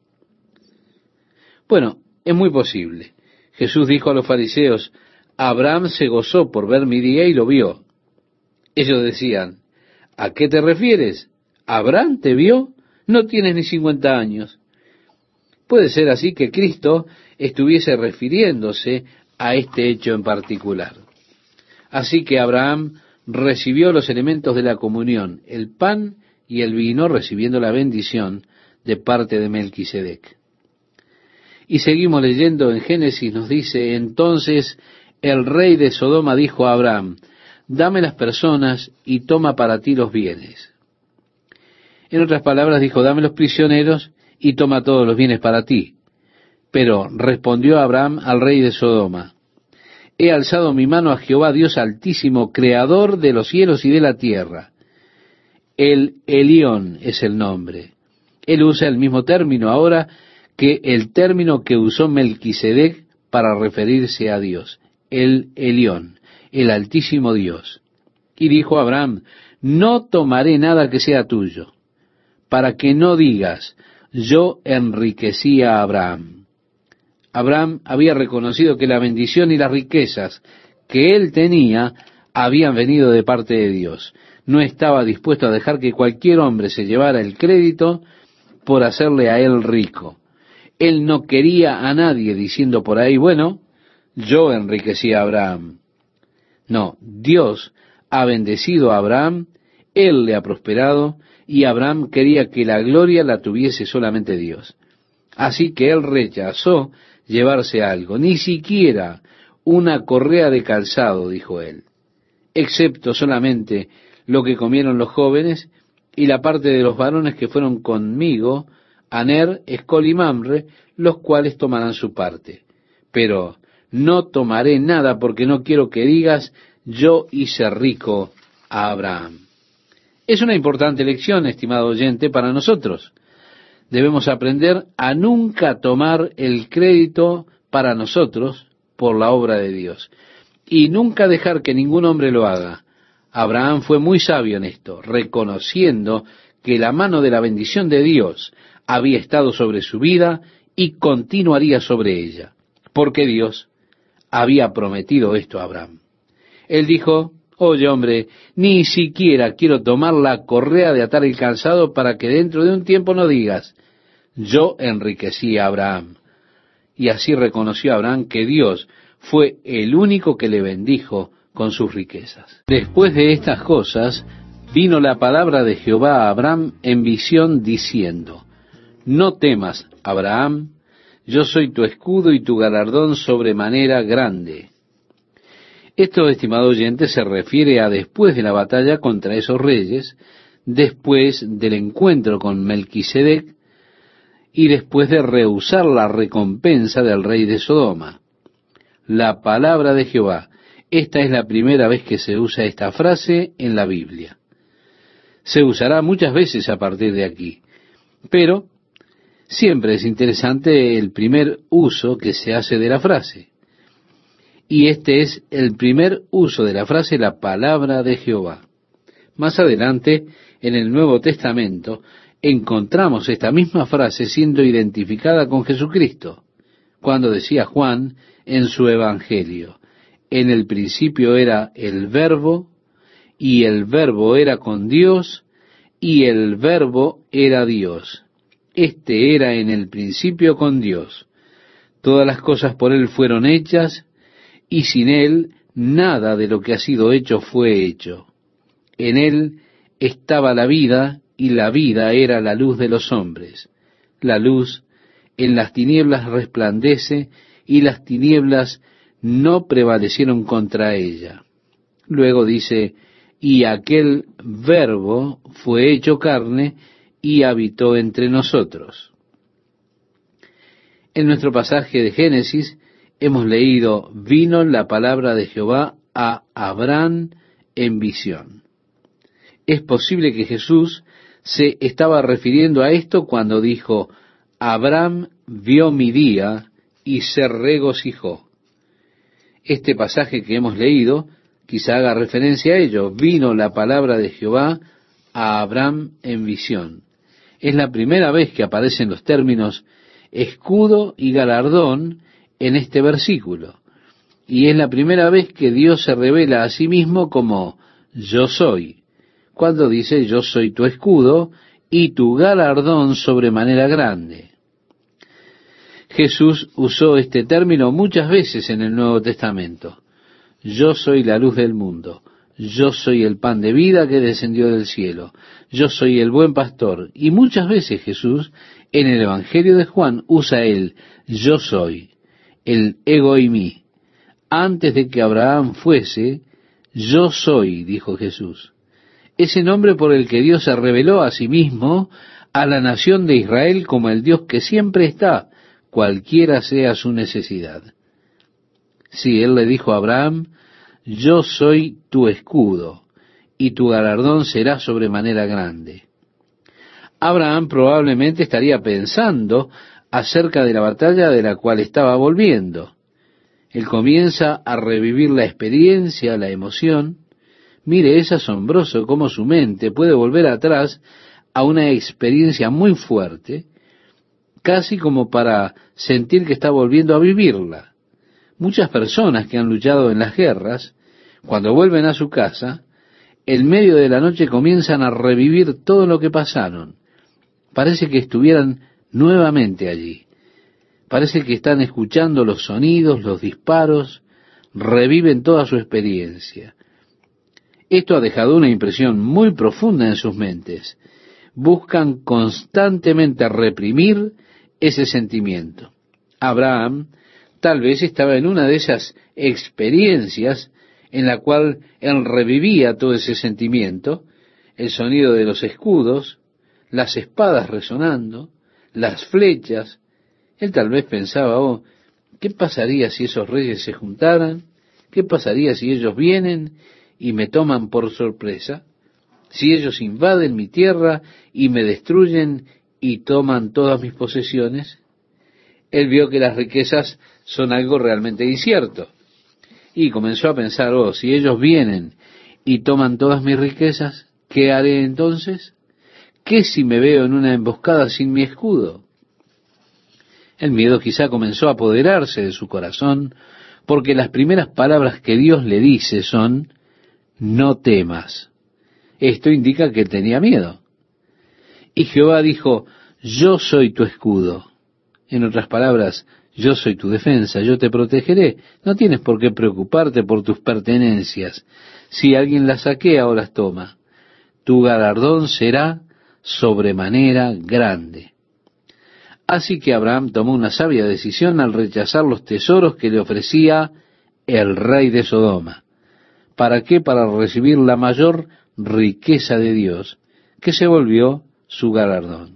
Bueno, es muy posible. Jesús dijo a los fariseos, Abraham se gozó por ver mi día y lo vio. Ellos decían, ¿a qué te refieres? ¿Abraham te vio? No tienes ni cincuenta años. Puede ser así que Cristo estuviese refiriéndose a este hecho en particular. Así que Abraham recibió los elementos de la comunión, el pan y el vino, recibiendo la bendición de parte de Melquisedec. Y seguimos leyendo en Génesis, nos dice, entonces el rey de Sodoma dijo a Abraham, dame las personas y toma para ti los bienes. En otras palabras dijo, dame los prisioneros y toma todos los bienes para ti. Pero respondió Abraham al rey de Sodoma, he alzado mi mano a Jehová, Dios altísimo, creador de los cielos y de la tierra. El Elión es el nombre. Él usa el mismo término ahora que el término que usó Melquisedec para referirse a Dios, el Elión, el altísimo Dios. Y dijo Abraham, no tomaré nada que sea tuyo, para que no digas, yo enriquecí a Abraham. Abraham había reconocido que la bendición y las riquezas que él tenía habían venido de parte de Dios. No estaba dispuesto a dejar que cualquier hombre se llevara el crédito por hacerle a él rico. Él no quería a nadie diciendo por ahí, bueno, yo enriquecí a Abraham. No, Dios ha bendecido a Abraham, él le ha prosperado, y Abraham quería que la gloria la tuviese solamente Dios. Así que él rechazó llevarse algo, ni siquiera una correa de calzado, dijo él, excepto solamente lo que comieron los jóvenes y la parte de los varones que fueron conmigo, Aner, Escol y Mamre, los cuales tomarán su parte. Pero no tomaré nada porque no quiero que digas, yo hice rico a Abraham. Es una importante lección, estimado oyente, para nosotros. Debemos aprender a nunca tomar el crédito para nosotros por la obra de Dios. Y nunca dejar que ningún hombre lo haga. Abraham fue muy sabio en esto, reconociendo que la mano de la bendición de Dios había estado sobre su vida y continuaría sobre ella, porque Dios había prometido esto a Abraham. Él dijo, oye hombre, ni siquiera quiero tomar la correa de atar el calzado para que dentro de un tiempo no digas, yo enriquecí a Abraham. Y así reconoció Abraham que Dios fue el único que le bendijo con sus riquezas. Después de estas cosas, vino la palabra de Jehová a Abraham en visión diciendo, no temas, Abraham, yo soy tu escudo y tu galardón sobremanera grande. Esto, estimado oyente, se refiere a después de la batalla contra esos reyes, después del encuentro con Melquisedec y después de rehusar la recompensa del rey de Sodoma. La palabra de Jehová. Esta es la primera vez que se usa esta frase en la Biblia. Se usará muchas veces a partir de aquí, pero siempre es interesante el primer uso que se hace de la frase. Y este es el primer uso de la frase, la palabra de Jehová. Más adelante, en el Nuevo Testamento, encontramos esta misma frase siendo identificada con Jesucristo, cuando decía Juan en su Evangelio, en el principio era el Verbo, y el Verbo era con Dios, y el Verbo era Dios. Este era en el principio con Dios. Todas las cosas por Él fueron hechas, y sin Él nada de lo que ha sido hecho fue hecho. En Él estaba la vida, y la vida era la luz de los hombres. La luz en las tinieblas resplandece, y las tinieblas no prevalecieron contra ella. Luego dice, y aquel Verbo fue hecho carne y habitó entre nosotros. En nuestro pasaje de Génesis hemos leído, vino la palabra de Jehová a Abraham en visión. Es posible que Jesús se estaba refiriendo a esto cuando dijo, Abraham vio mi día y se regocijó. Este pasaje que hemos leído quizá haga referencia a ello. Vino la palabra de Jehová a Abraham en visión. Es la primera vez que aparecen los términos escudo y galardón en este versículo. Y es la primera vez que Dios se revela a sí mismo como yo soy, cuando dice yo soy tu escudo y tu galardón sobremanera grande. Jesús usó este término muchas veces en el Nuevo Testamento. Yo soy la luz del mundo. Yo soy el pan de vida que descendió del cielo. Yo soy el buen pastor. Y muchas veces Jesús, en el Evangelio de Juan, usa el yo soy, el ego y mí. Antes de que Abraham fuese, yo soy, dijo Jesús. Ese nombre por el que Dios se reveló a sí mismo a la nación de Israel como el Dios que siempre está, cualquiera sea su necesidad. Sí, Él le dijo a Abraham, yo soy tu escudo, y tu galardón será sobremanera grande. Abraham probablemente estaría pensando acerca de la batalla de la cual estaba volviendo. Él comienza a revivir la experiencia, la emoción. Mire, es asombroso cómo su mente puede volver atrás a una experiencia muy fuerte, casi como para sentir que está volviendo a vivirla. Muchas personas que han luchado en las guerras, cuando vuelven a su casa, en medio de la noche comienzan a revivir todo lo que pasaron. Parece que estuvieran nuevamente allí. Parece que están escuchando los sonidos, los disparos, reviven toda su experiencia. Esto ha dejado una impresión muy profunda en sus mentes. Buscan constantemente reprimir ese sentimiento. Abraham tal vez estaba en una de esas experiencias en la cual él revivía todo ese sentimiento, el sonido de los escudos, las espadas resonando, las flechas. Él tal vez pensaba, oh, ¿qué pasaría si esos reyes se juntaran? ¿Qué pasaría si ellos vienen y me toman por sorpresa? Si ellos invaden mi tierra y me destruyen y toman todas mis posesiones. Él vio que las riquezas son algo realmente incierto. Y comenzó a pensar, oh, si ellos vienen y toman todas mis riquezas, ¿qué haré entonces? ¿Qué si me veo en una emboscada sin mi escudo? El miedo quizá comenzó a apoderarse de su corazón, porque las primeras palabras que Dios le dice son, no temas. Esto indica que él tenía miedo. Y Jehová dijo, yo soy tu escudo. En otras palabras, yo soy tu defensa, yo te protegeré. No tienes por qué preocuparte por tus pertenencias. Si alguien las saquea o las toma, tu galardón será sobremanera grande. Así que Abraham tomó una sabia decisión al rechazar los tesoros que le ofrecía el rey de Sodoma. ¿Para qué? Para recibir la mayor riqueza de Dios, que se volvió su galardón.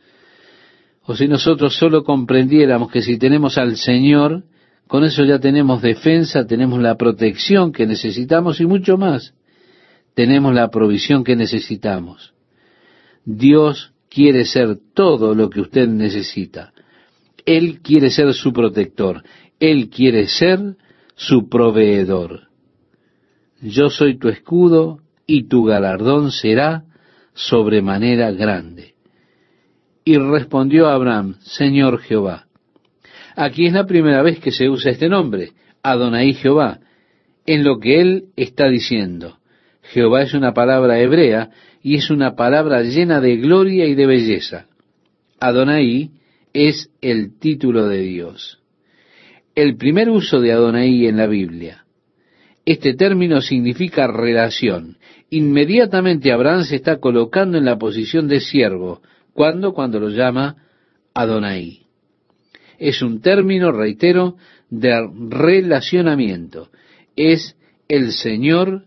O si nosotros solo comprendiéramos que si tenemos al Señor, con eso ya tenemos defensa, tenemos la protección que necesitamos y mucho más. Tenemos la provisión que necesitamos. Dios quiere ser todo lo que usted necesita. Él quiere ser su protector. Él quiere ser su proveedor. Yo soy tu escudo y tu galardón será sobremanera grande. Y respondió Abraham, Señor Jehová. Aquí es la primera vez que se usa este nombre, Adonai Jehová, en lo que él está diciendo. Jehová es una palabra hebrea y es una palabra llena de gloria y de belleza. Adonai es el título de Dios. El primer uso de Adonai en la Biblia. Este término significa relación. Inmediatamente Abraham se está colocando en la posición de siervo. ¿Cuándo? Cuando lo llama Adonai. Es un término, reitero, de relacionamiento. Es el Señor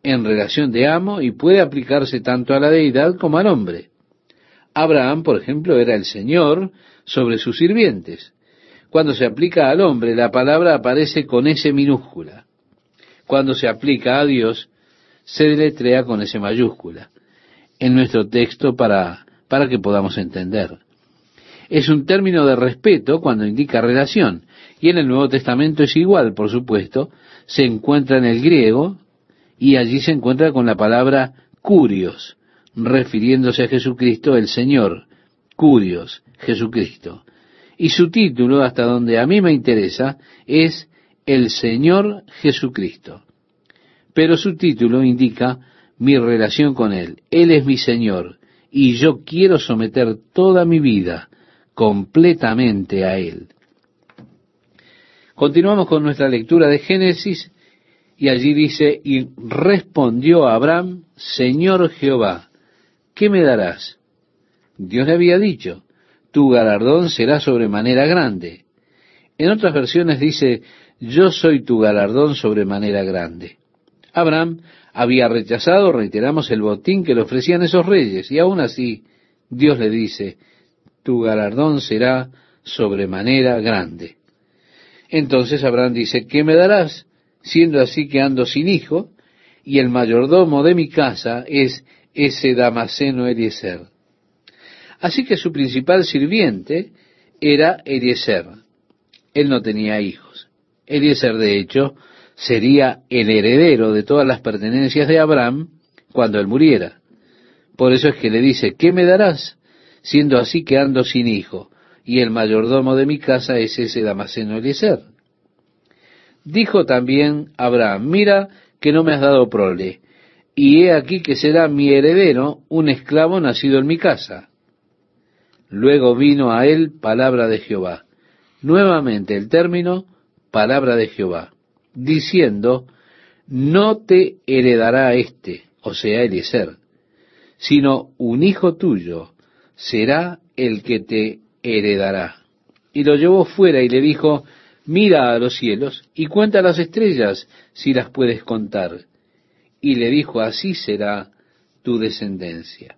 en relación de amo y puede aplicarse tanto a la deidad como al hombre. Abraham, por ejemplo, era el señor sobre sus sirvientes. Cuando se aplica al hombre, la palabra aparece con S minúscula. Cuando se aplica a Dios, se deletrea con S mayúscula. En nuestro texto para, para que podamos entender. Es un término de respeto cuando indica relación. Y en el Nuevo Testamento es igual, por supuesto. Se encuentra en el griego y allí se encuentra con la palabra Kurios, refiriéndose a Jesucristo el Señor. Kurios, Jesucristo. Y su título, hasta donde a mí me interesa, es el Señor Jesucristo. Pero su título indica mi relación con Él. Él es mi Señor y yo quiero someter toda mi vida completamente a Él. Continuamos con nuestra lectura de Génesis y allí dice, y respondió a Abraham, Señor Jehová, ¿qué me darás? Dios le había dicho, tu galardón será sobremanera grande. En otras versiones dice, yo soy tu galardón sobremanera grande. Abraham había rechazado, reiteramos, el botín que le ofrecían esos reyes, y aún así Dios le dice, tu galardón será sobremanera grande. Entonces Abraham dice, ¿qué me darás? Siendo así que ando sin hijo, y el mayordomo de mi casa es ese Damaseno Eliezer. Así que su principal sirviente era Eliezer. Él no tenía hijos. Eliezer, de hecho, sería el heredero de todas las pertenencias de Abraham cuando él muriera. Por eso es que le dice, ¿qué me darás? Siendo así que ando sin hijo, y el mayordomo de mi casa es ese Damaseno Eliezer. Dijo también Abraham, mira que no me has dado prole, y he aquí que será mi heredero un esclavo nacido en mi casa. Luego vino a él palabra de Jehová. Nuevamente el término, palabra de Jehová, diciendo, no te heredará éste, o sea, Eliezer, sino un hijo tuyo será el que te heredará. Y lo llevó fuera y le dijo, mira a los cielos y cuenta las estrellas si las puedes contar. Y le dijo, así será tu descendencia.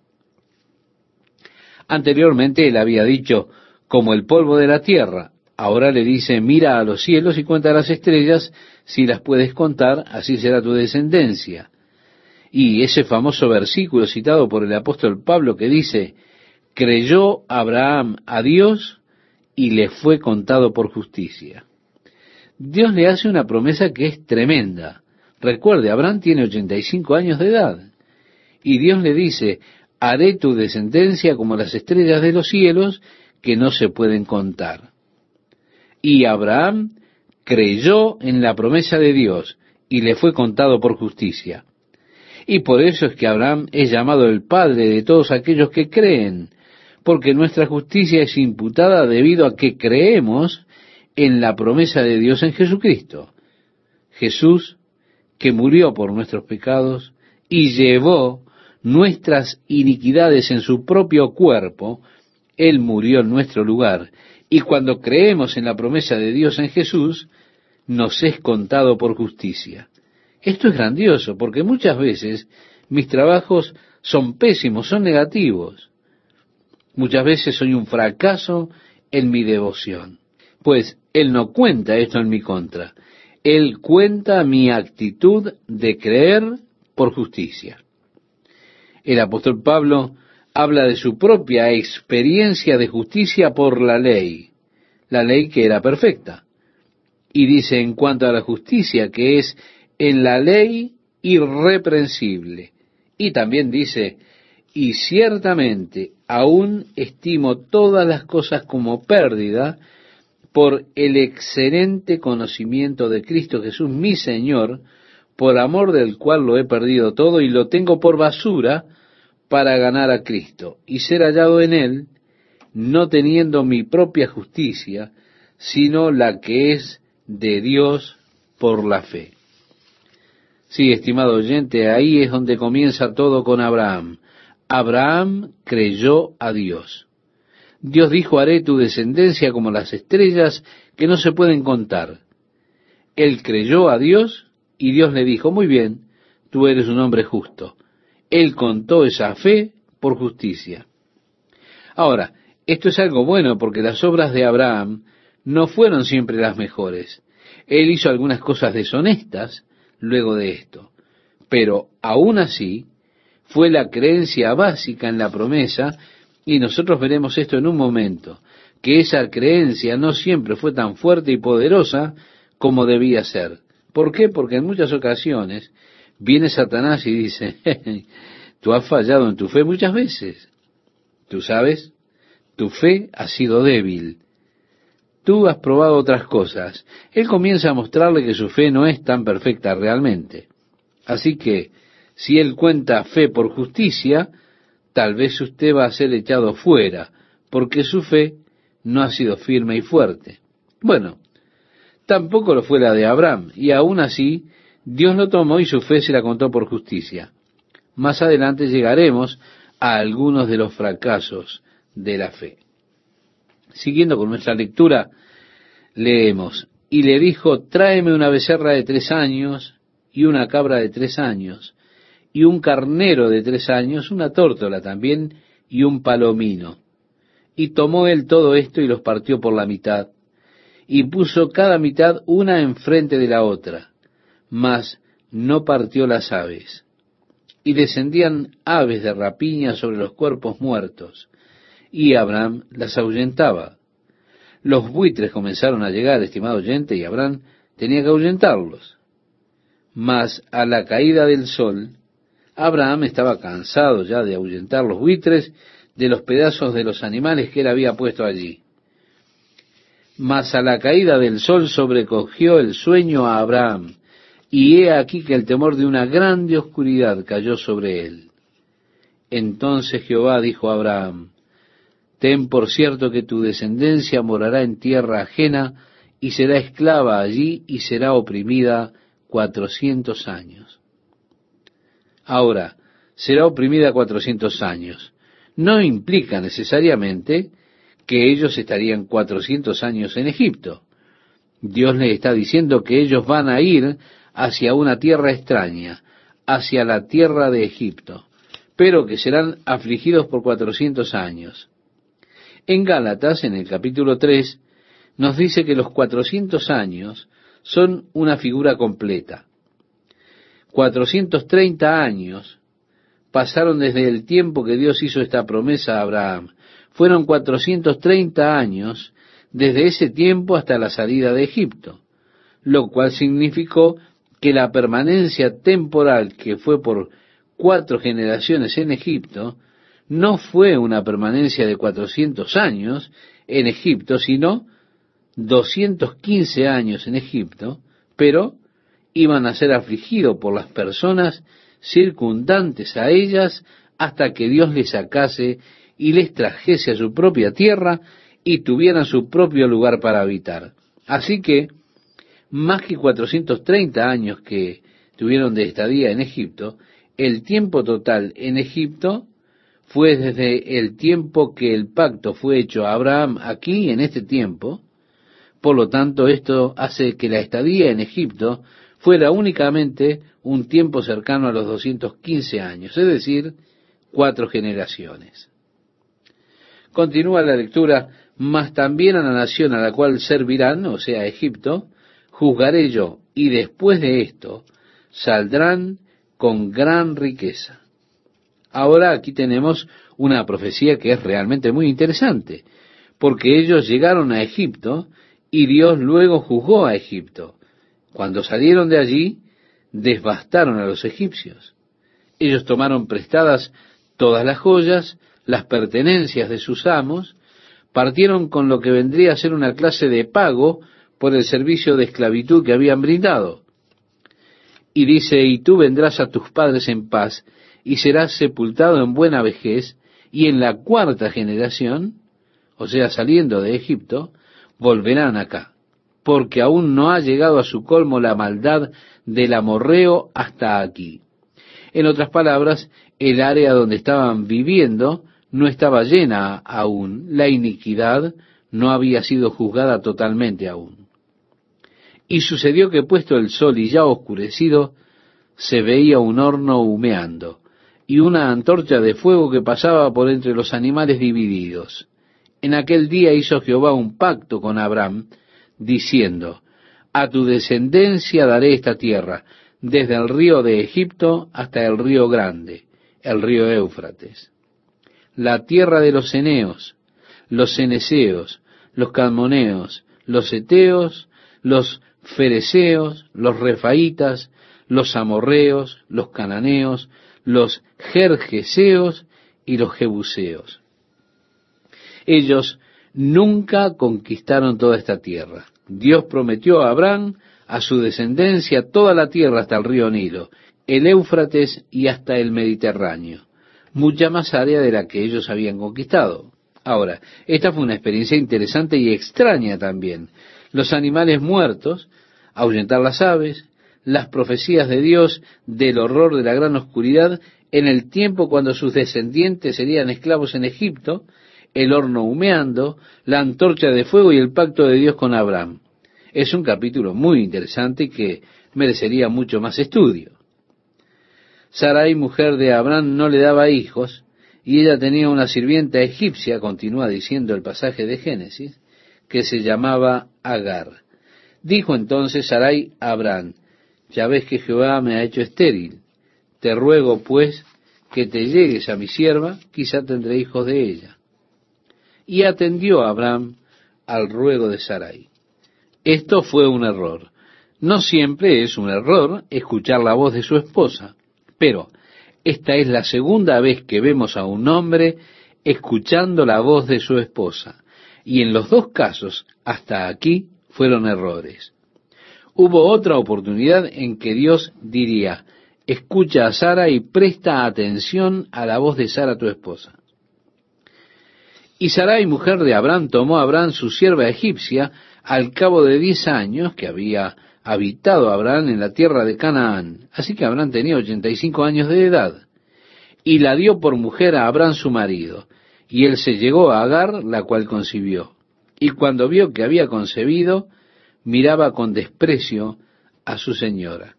Anteriormente él había dicho, como el polvo de la tierra. Ahora le dice, mira a los cielos y cuenta las estrellas si las puedes contar, así será tu descendencia. Y ese famoso versículo citado por el apóstol Pablo que dice, creyó Abraham a Dios y le fue contado por justicia. Dios le hace una promesa que es tremenda. Recuerde, Abraham tiene ochenta y cinco años de edad. Y Dios le dice, haré tu descendencia como las estrellas de los cielos que no se pueden contar. Y Abraham creyó en la promesa de Dios y le fue contado por justicia. Y por eso es que Abraham es llamado el padre de todos aquellos que creen, porque nuestra justicia es imputada debido a que creemos en la promesa de Dios en Jesucristo. Jesús, que murió por nuestros pecados y llevó nuestras iniquidades en su propio cuerpo, Él murió en nuestro lugar. Y cuando creemos en la promesa de Dios en Jesús, nos es contado por justicia. Esto es grandioso, porque muchas veces mis trabajos son pésimos, son negativos. Muchas veces soy un fracaso en mi devoción. Pues Él no cuenta esto en mi contra. Él cuenta mi actitud de creer por justicia. El apóstol Pablo habla de su propia experiencia de justicia por la ley, la ley que era perfecta. Y dice en cuanto a la justicia que es en la ley irreprensible. Y también dice, y ciertamente aún estimo todas las cosas como pérdida por el excelente conocimiento de Cristo Jesús, mi Señor, por amor del cual lo he perdido todo y lo tengo por basura para ganar a Cristo y ser hallado en Él, no teniendo mi propia justicia, sino la que es de Dios por la fe. Sí, estimado oyente, ahí es donde comienza todo con Abraham. Abraham creyó a Dios. Dios dijo, haré tu descendencia como las estrellas que no se pueden contar. Él creyó a Dios y Dios le dijo, muy bien, tú eres un hombre justo. Él contó esa fe por justicia. Ahora, esto es algo bueno porque las obras de Abraham no fueron siempre las mejores. Él hizo algunas cosas deshonestas luego de esto, pero aún así fue la creencia básica en la promesa, y nosotros veremos esto en un momento, que esa creencia no siempre fue tan fuerte y poderosa como debía ser. ¿Por qué? Porque en muchas ocasiones viene Satanás y dice, tú has fallado en tu fe muchas veces. Tú sabes, tu fe ha sido débil. Tú has probado otras cosas. Él comienza a mostrarle que su fe no es tan perfecta realmente. Así que, si él cuenta fe por justicia, tal vez usted va a ser echado fuera, porque su fe no ha sido firme y fuerte. Bueno, tampoco lo fue la de Abraham, y aún así, Dios lo tomó y su fe se la contó por justicia. Más adelante llegaremos a algunos de los fracasos de la fe. Siguiendo con nuestra lectura, leemos, y le dijo, tráeme una becerra de tres años y una cabra de tres años, y un carnero de tres años, una tórtola también, y un palomino. Y tomó él todo esto y los partió por la mitad, y puso cada mitad una enfrente de la otra, mas no partió las aves. Y descendían aves de rapiña sobre los cuerpos muertos, y Abraham las ahuyentaba. Los buitres comenzaron a llegar, estimado oyente, y Abraham tenía que ahuyentarlos. Mas a la caída del sol, Abraham estaba cansado ya de ahuyentar los buitres de los pedazos de los animales que él había puesto allí. Mas a la caída del sol sobrecogió el sueño a Abraham, y he aquí que el temor de una grande oscuridad cayó sobre él. Entonces Jehová dijo a Abraham, ten por cierto que tu descendencia morará en tierra ajena, y será esclava allí, y será oprimida cuatrocientos años. Ahora, será oprimida cuatrocientos años. No implica necesariamente que ellos estarían cuatrocientos años en Egipto. Dios les está diciendo que ellos van a ir hacia una tierra extraña, hacia la tierra de Egipto, pero que serán afligidos por cuatrocientos años. En Gálatas, en el capítulo tres, nos dice que los cuatrocientos años son una figura completa. cuatrocientos treinta años pasaron desde el tiempo que Dios hizo esta promesa a Abraham. Fueron cuatrocientos treinta años desde ese tiempo hasta la salida de Egipto, lo cual significó que la permanencia temporal que fue por cuatro generaciones en Egipto no fue una permanencia de cuatrocientos años en Egipto, sino doscientos quince años en Egipto, pero iban a ser afligidos por las personas circundantes a ellas hasta que Dios les sacase y les trajese a su propia tierra y tuvieran su propio lugar para habitar. Así que, más que cuatrocientos treinta años que tuvieron de estadía en Egipto, el tiempo total en Egipto fue desde el tiempo que el pacto fue hecho a Abraham aquí, en este tiempo. Por lo tanto, esto hace que la estadía en Egipto fuera únicamente un tiempo cercano a los doscientos quince años, es decir, cuatro generaciones. Continúa la lectura, mas también a la nación a la cual servirán, o sea, Egipto, juzgaré yo, y después de esto saldrán con gran riqueza. Ahora aquí tenemos una profecía que es realmente muy interesante, porque ellos llegaron a Egipto y Dios luego juzgó a Egipto. Cuando salieron de allí, devastaron a los egipcios. Ellos tomaron prestadas todas las joyas, las pertenencias de sus amos, partieron con lo que vendría a ser una clase de pago por el servicio de esclavitud que habían brindado. Y dice, y tú vendrás a tus padres en paz, y serás sepultado en buena vejez, y en la cuarta generación, o sea, saliendo de Egipto, volverán acá, porque aún no ha llegado a su colmo la maldad del amorreo hasta aquí. En otras palabras, el área donde estaban viviendo no estaba llena aún, la iniquidad no había sido juzgada totalmente aún. Y sucedió que puesto el sol y ya oscurecido, se veía un horno humeando, y una antorcha de fuego que pasaba por entre los animales divididos. En aquel día hizo Jehová un pacto con Abraham, diciendo, a tu descendencia daré esta tierra, desde el río de Egipto hasta el río grande, el río Éufrates. La tierra de los eneos, los ceneseos, los calmoneos, los eteos, los fereceos, los refaitas, los amorreos, los cananeos, los gergeseos y los jebuseos. Ellos nunca conquistaron toda esta tierra. Dios prometió a Abraham, a su descendencia, toda la tierra hasta el río Nilo, el Éufrates y hasta el Mediterráneo, mucha más área de la que ellos habían conquistado. Ahora, esta fue una experiencia interesante y extraña también. Los animales muertos, ahuyentar las aves, las profecías de Dios del horror de la gran oscuridad en el tiempo cuando sus descendientes serían esclavos en Egipto, el horno humeando, la antorcha de fuego y el pacto de Dios con Abraham. Es un capítulo muy interesante que merecería mucho más estudio. Sarai, mujer de Abraham, no le daba hijos, y ella tenía una sirvienta egipcia, continúa diciendo el pasaje de Génesis, que se llamaba Agar. Dijo entonces Sarai a Abraham, ya ves que Jehová me ha hecho estéril, te ruego pues que te llegues a mi sierva, quizá tendré hijos de ella. Y atendió a Abraham al ruego de Sarai. Esto fue un error. No siempre es un error escuchar la voz de su esposa, pero esta es la segunda vez que vemos a un hombre escuchando la voz de su esposa. Y en los dos casos, hasta aquí, fueron errores. Hubo otra oportunidad en que Dios diría, escucha a Sara y presta atención a la voz de Sara tu esposa. Y Sarai, mujer de Abraham, tomó a Abraham su sierva egipcia al cabo de diez años que había habitado Abraham en la tierra de Canaán. Así que Abraham tenía ochenta y cinco años de edad. Y la dio por mujer a Abraham su marido. Y él se llegó a Agar, la cual concibió. Y cuando vio que había concebido, miraba con desprecio a su señora.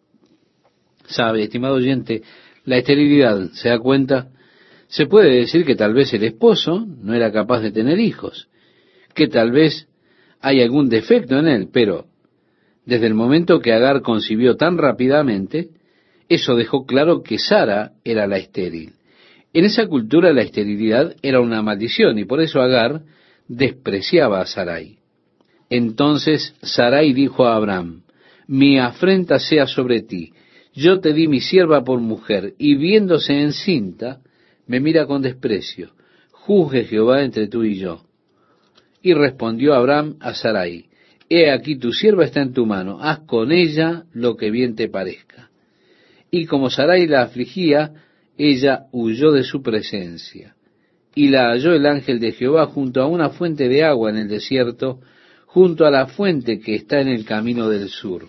Sabe, estimado oyente, la esterilidad, ¿se da cuenta? Se puede decir que tal vez el esposo no era capaz de tener hijos, que tal vez hay algún defecto en él, pero desde el momento que Agar concibió tan rápidamente, eso dejó claro que Sara era la estéril. En esa cultura la esterilidad era una maldición y por eso Agar despreciaba a Sarai. Entonces Sarai dijo a Abraham, mi afrenta sea sobre ti, yo te di mi sierva por mujer, y viéndose encinta, me mira con desprecio, juzgue Jehová entre tú y yo. Y respondió Abraham a Sarai, he aquí tu sierva está en tu mano, haz con ella lo que bien te parezca. Y como Sarai la afligía, ella huyó de su presencia. Y la halló el ángel de Jehová junto a una fuente de agua en el desierto, junto a la fuente que está en el camino del sur.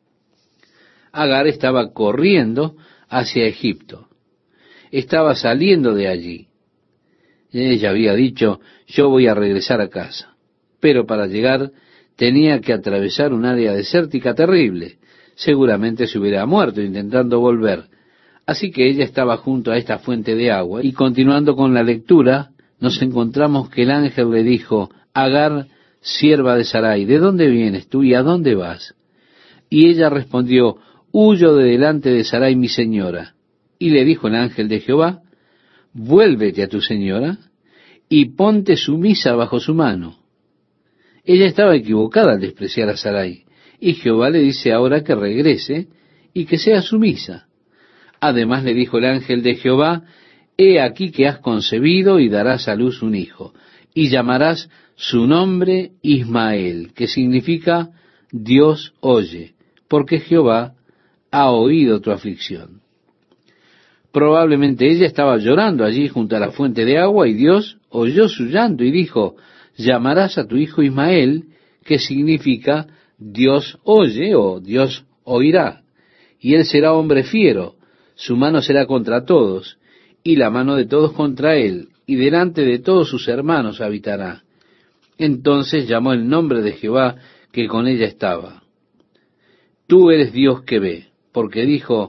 Agar estaba corriendo hacia Egipto. Estaba saliendo de allí. Ella había dicho, yo voy a regresar a casa. Pero para llegar tenía que atravesar un área desértica terrible. Seguramente se hubiera muerto intentando volver. Así que ella estaba junto a esta fuente de agua. Y continuando con la lectura, nos encontramos que el ángel le dijo, Agar, sierva de Sarai, ¿de dónde vienes tú y a dónde vas? Y ella respondió, huyo de delante de Sarai mi señora. Y le dijo el ángel de Jehová, vuélvete a tu señora y ponte sumisa bajo su mano. Ella estaba equivocada al despreciar a Sarai, y Jehová le dice ahora que regrese y que sea sumisa. Además le dijo el ángel de Jehová, he aquí que has concebido y darás a luz un hijo, y llamarás su nombre Ismael, que significa Dios oye, porque Jehová ha oído tu aflicción. Probablemente ella estaba llorando allí junto a la fuente de agua y Dios oyó su llanto y dijo, llamarás a tu hijo Ismael, que significa Dios oye o Dios oirá, y él será hombre fiero, su mano será contra todos, y la mano de todos contra él, y delante de todos sus hermanos habitará. Entonces llamó el nombre de Jehová que con ella estaba. Tú eres Dios que ve, porque dijo,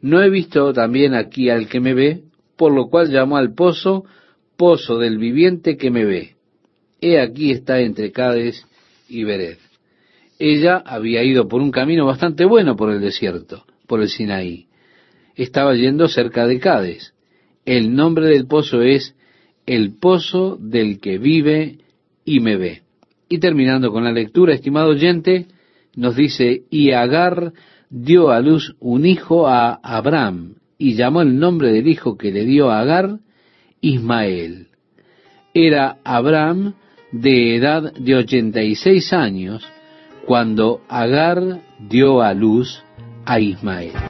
No he visto también aquí al que me ve, por lo cual llamó al pozo, pozo del viviente que me ve. He aquí está entre Cades y Bered. Ella había ido por un camino bastante bueno por el desierto, por el Sinaí. Estaba yendo cerca de Cades. El nombre del pozo es el pozo del que vive y me ve. Y terminando con la lectura, estimado oyente, nos dice, y Agar dio a luz un hijo a Abraham, y llamó el nombre del hijo que le dio a Agar, Ismael. Era Abraham de edad de ochenta y seis años, cuando Agar dio a luz a Ismael.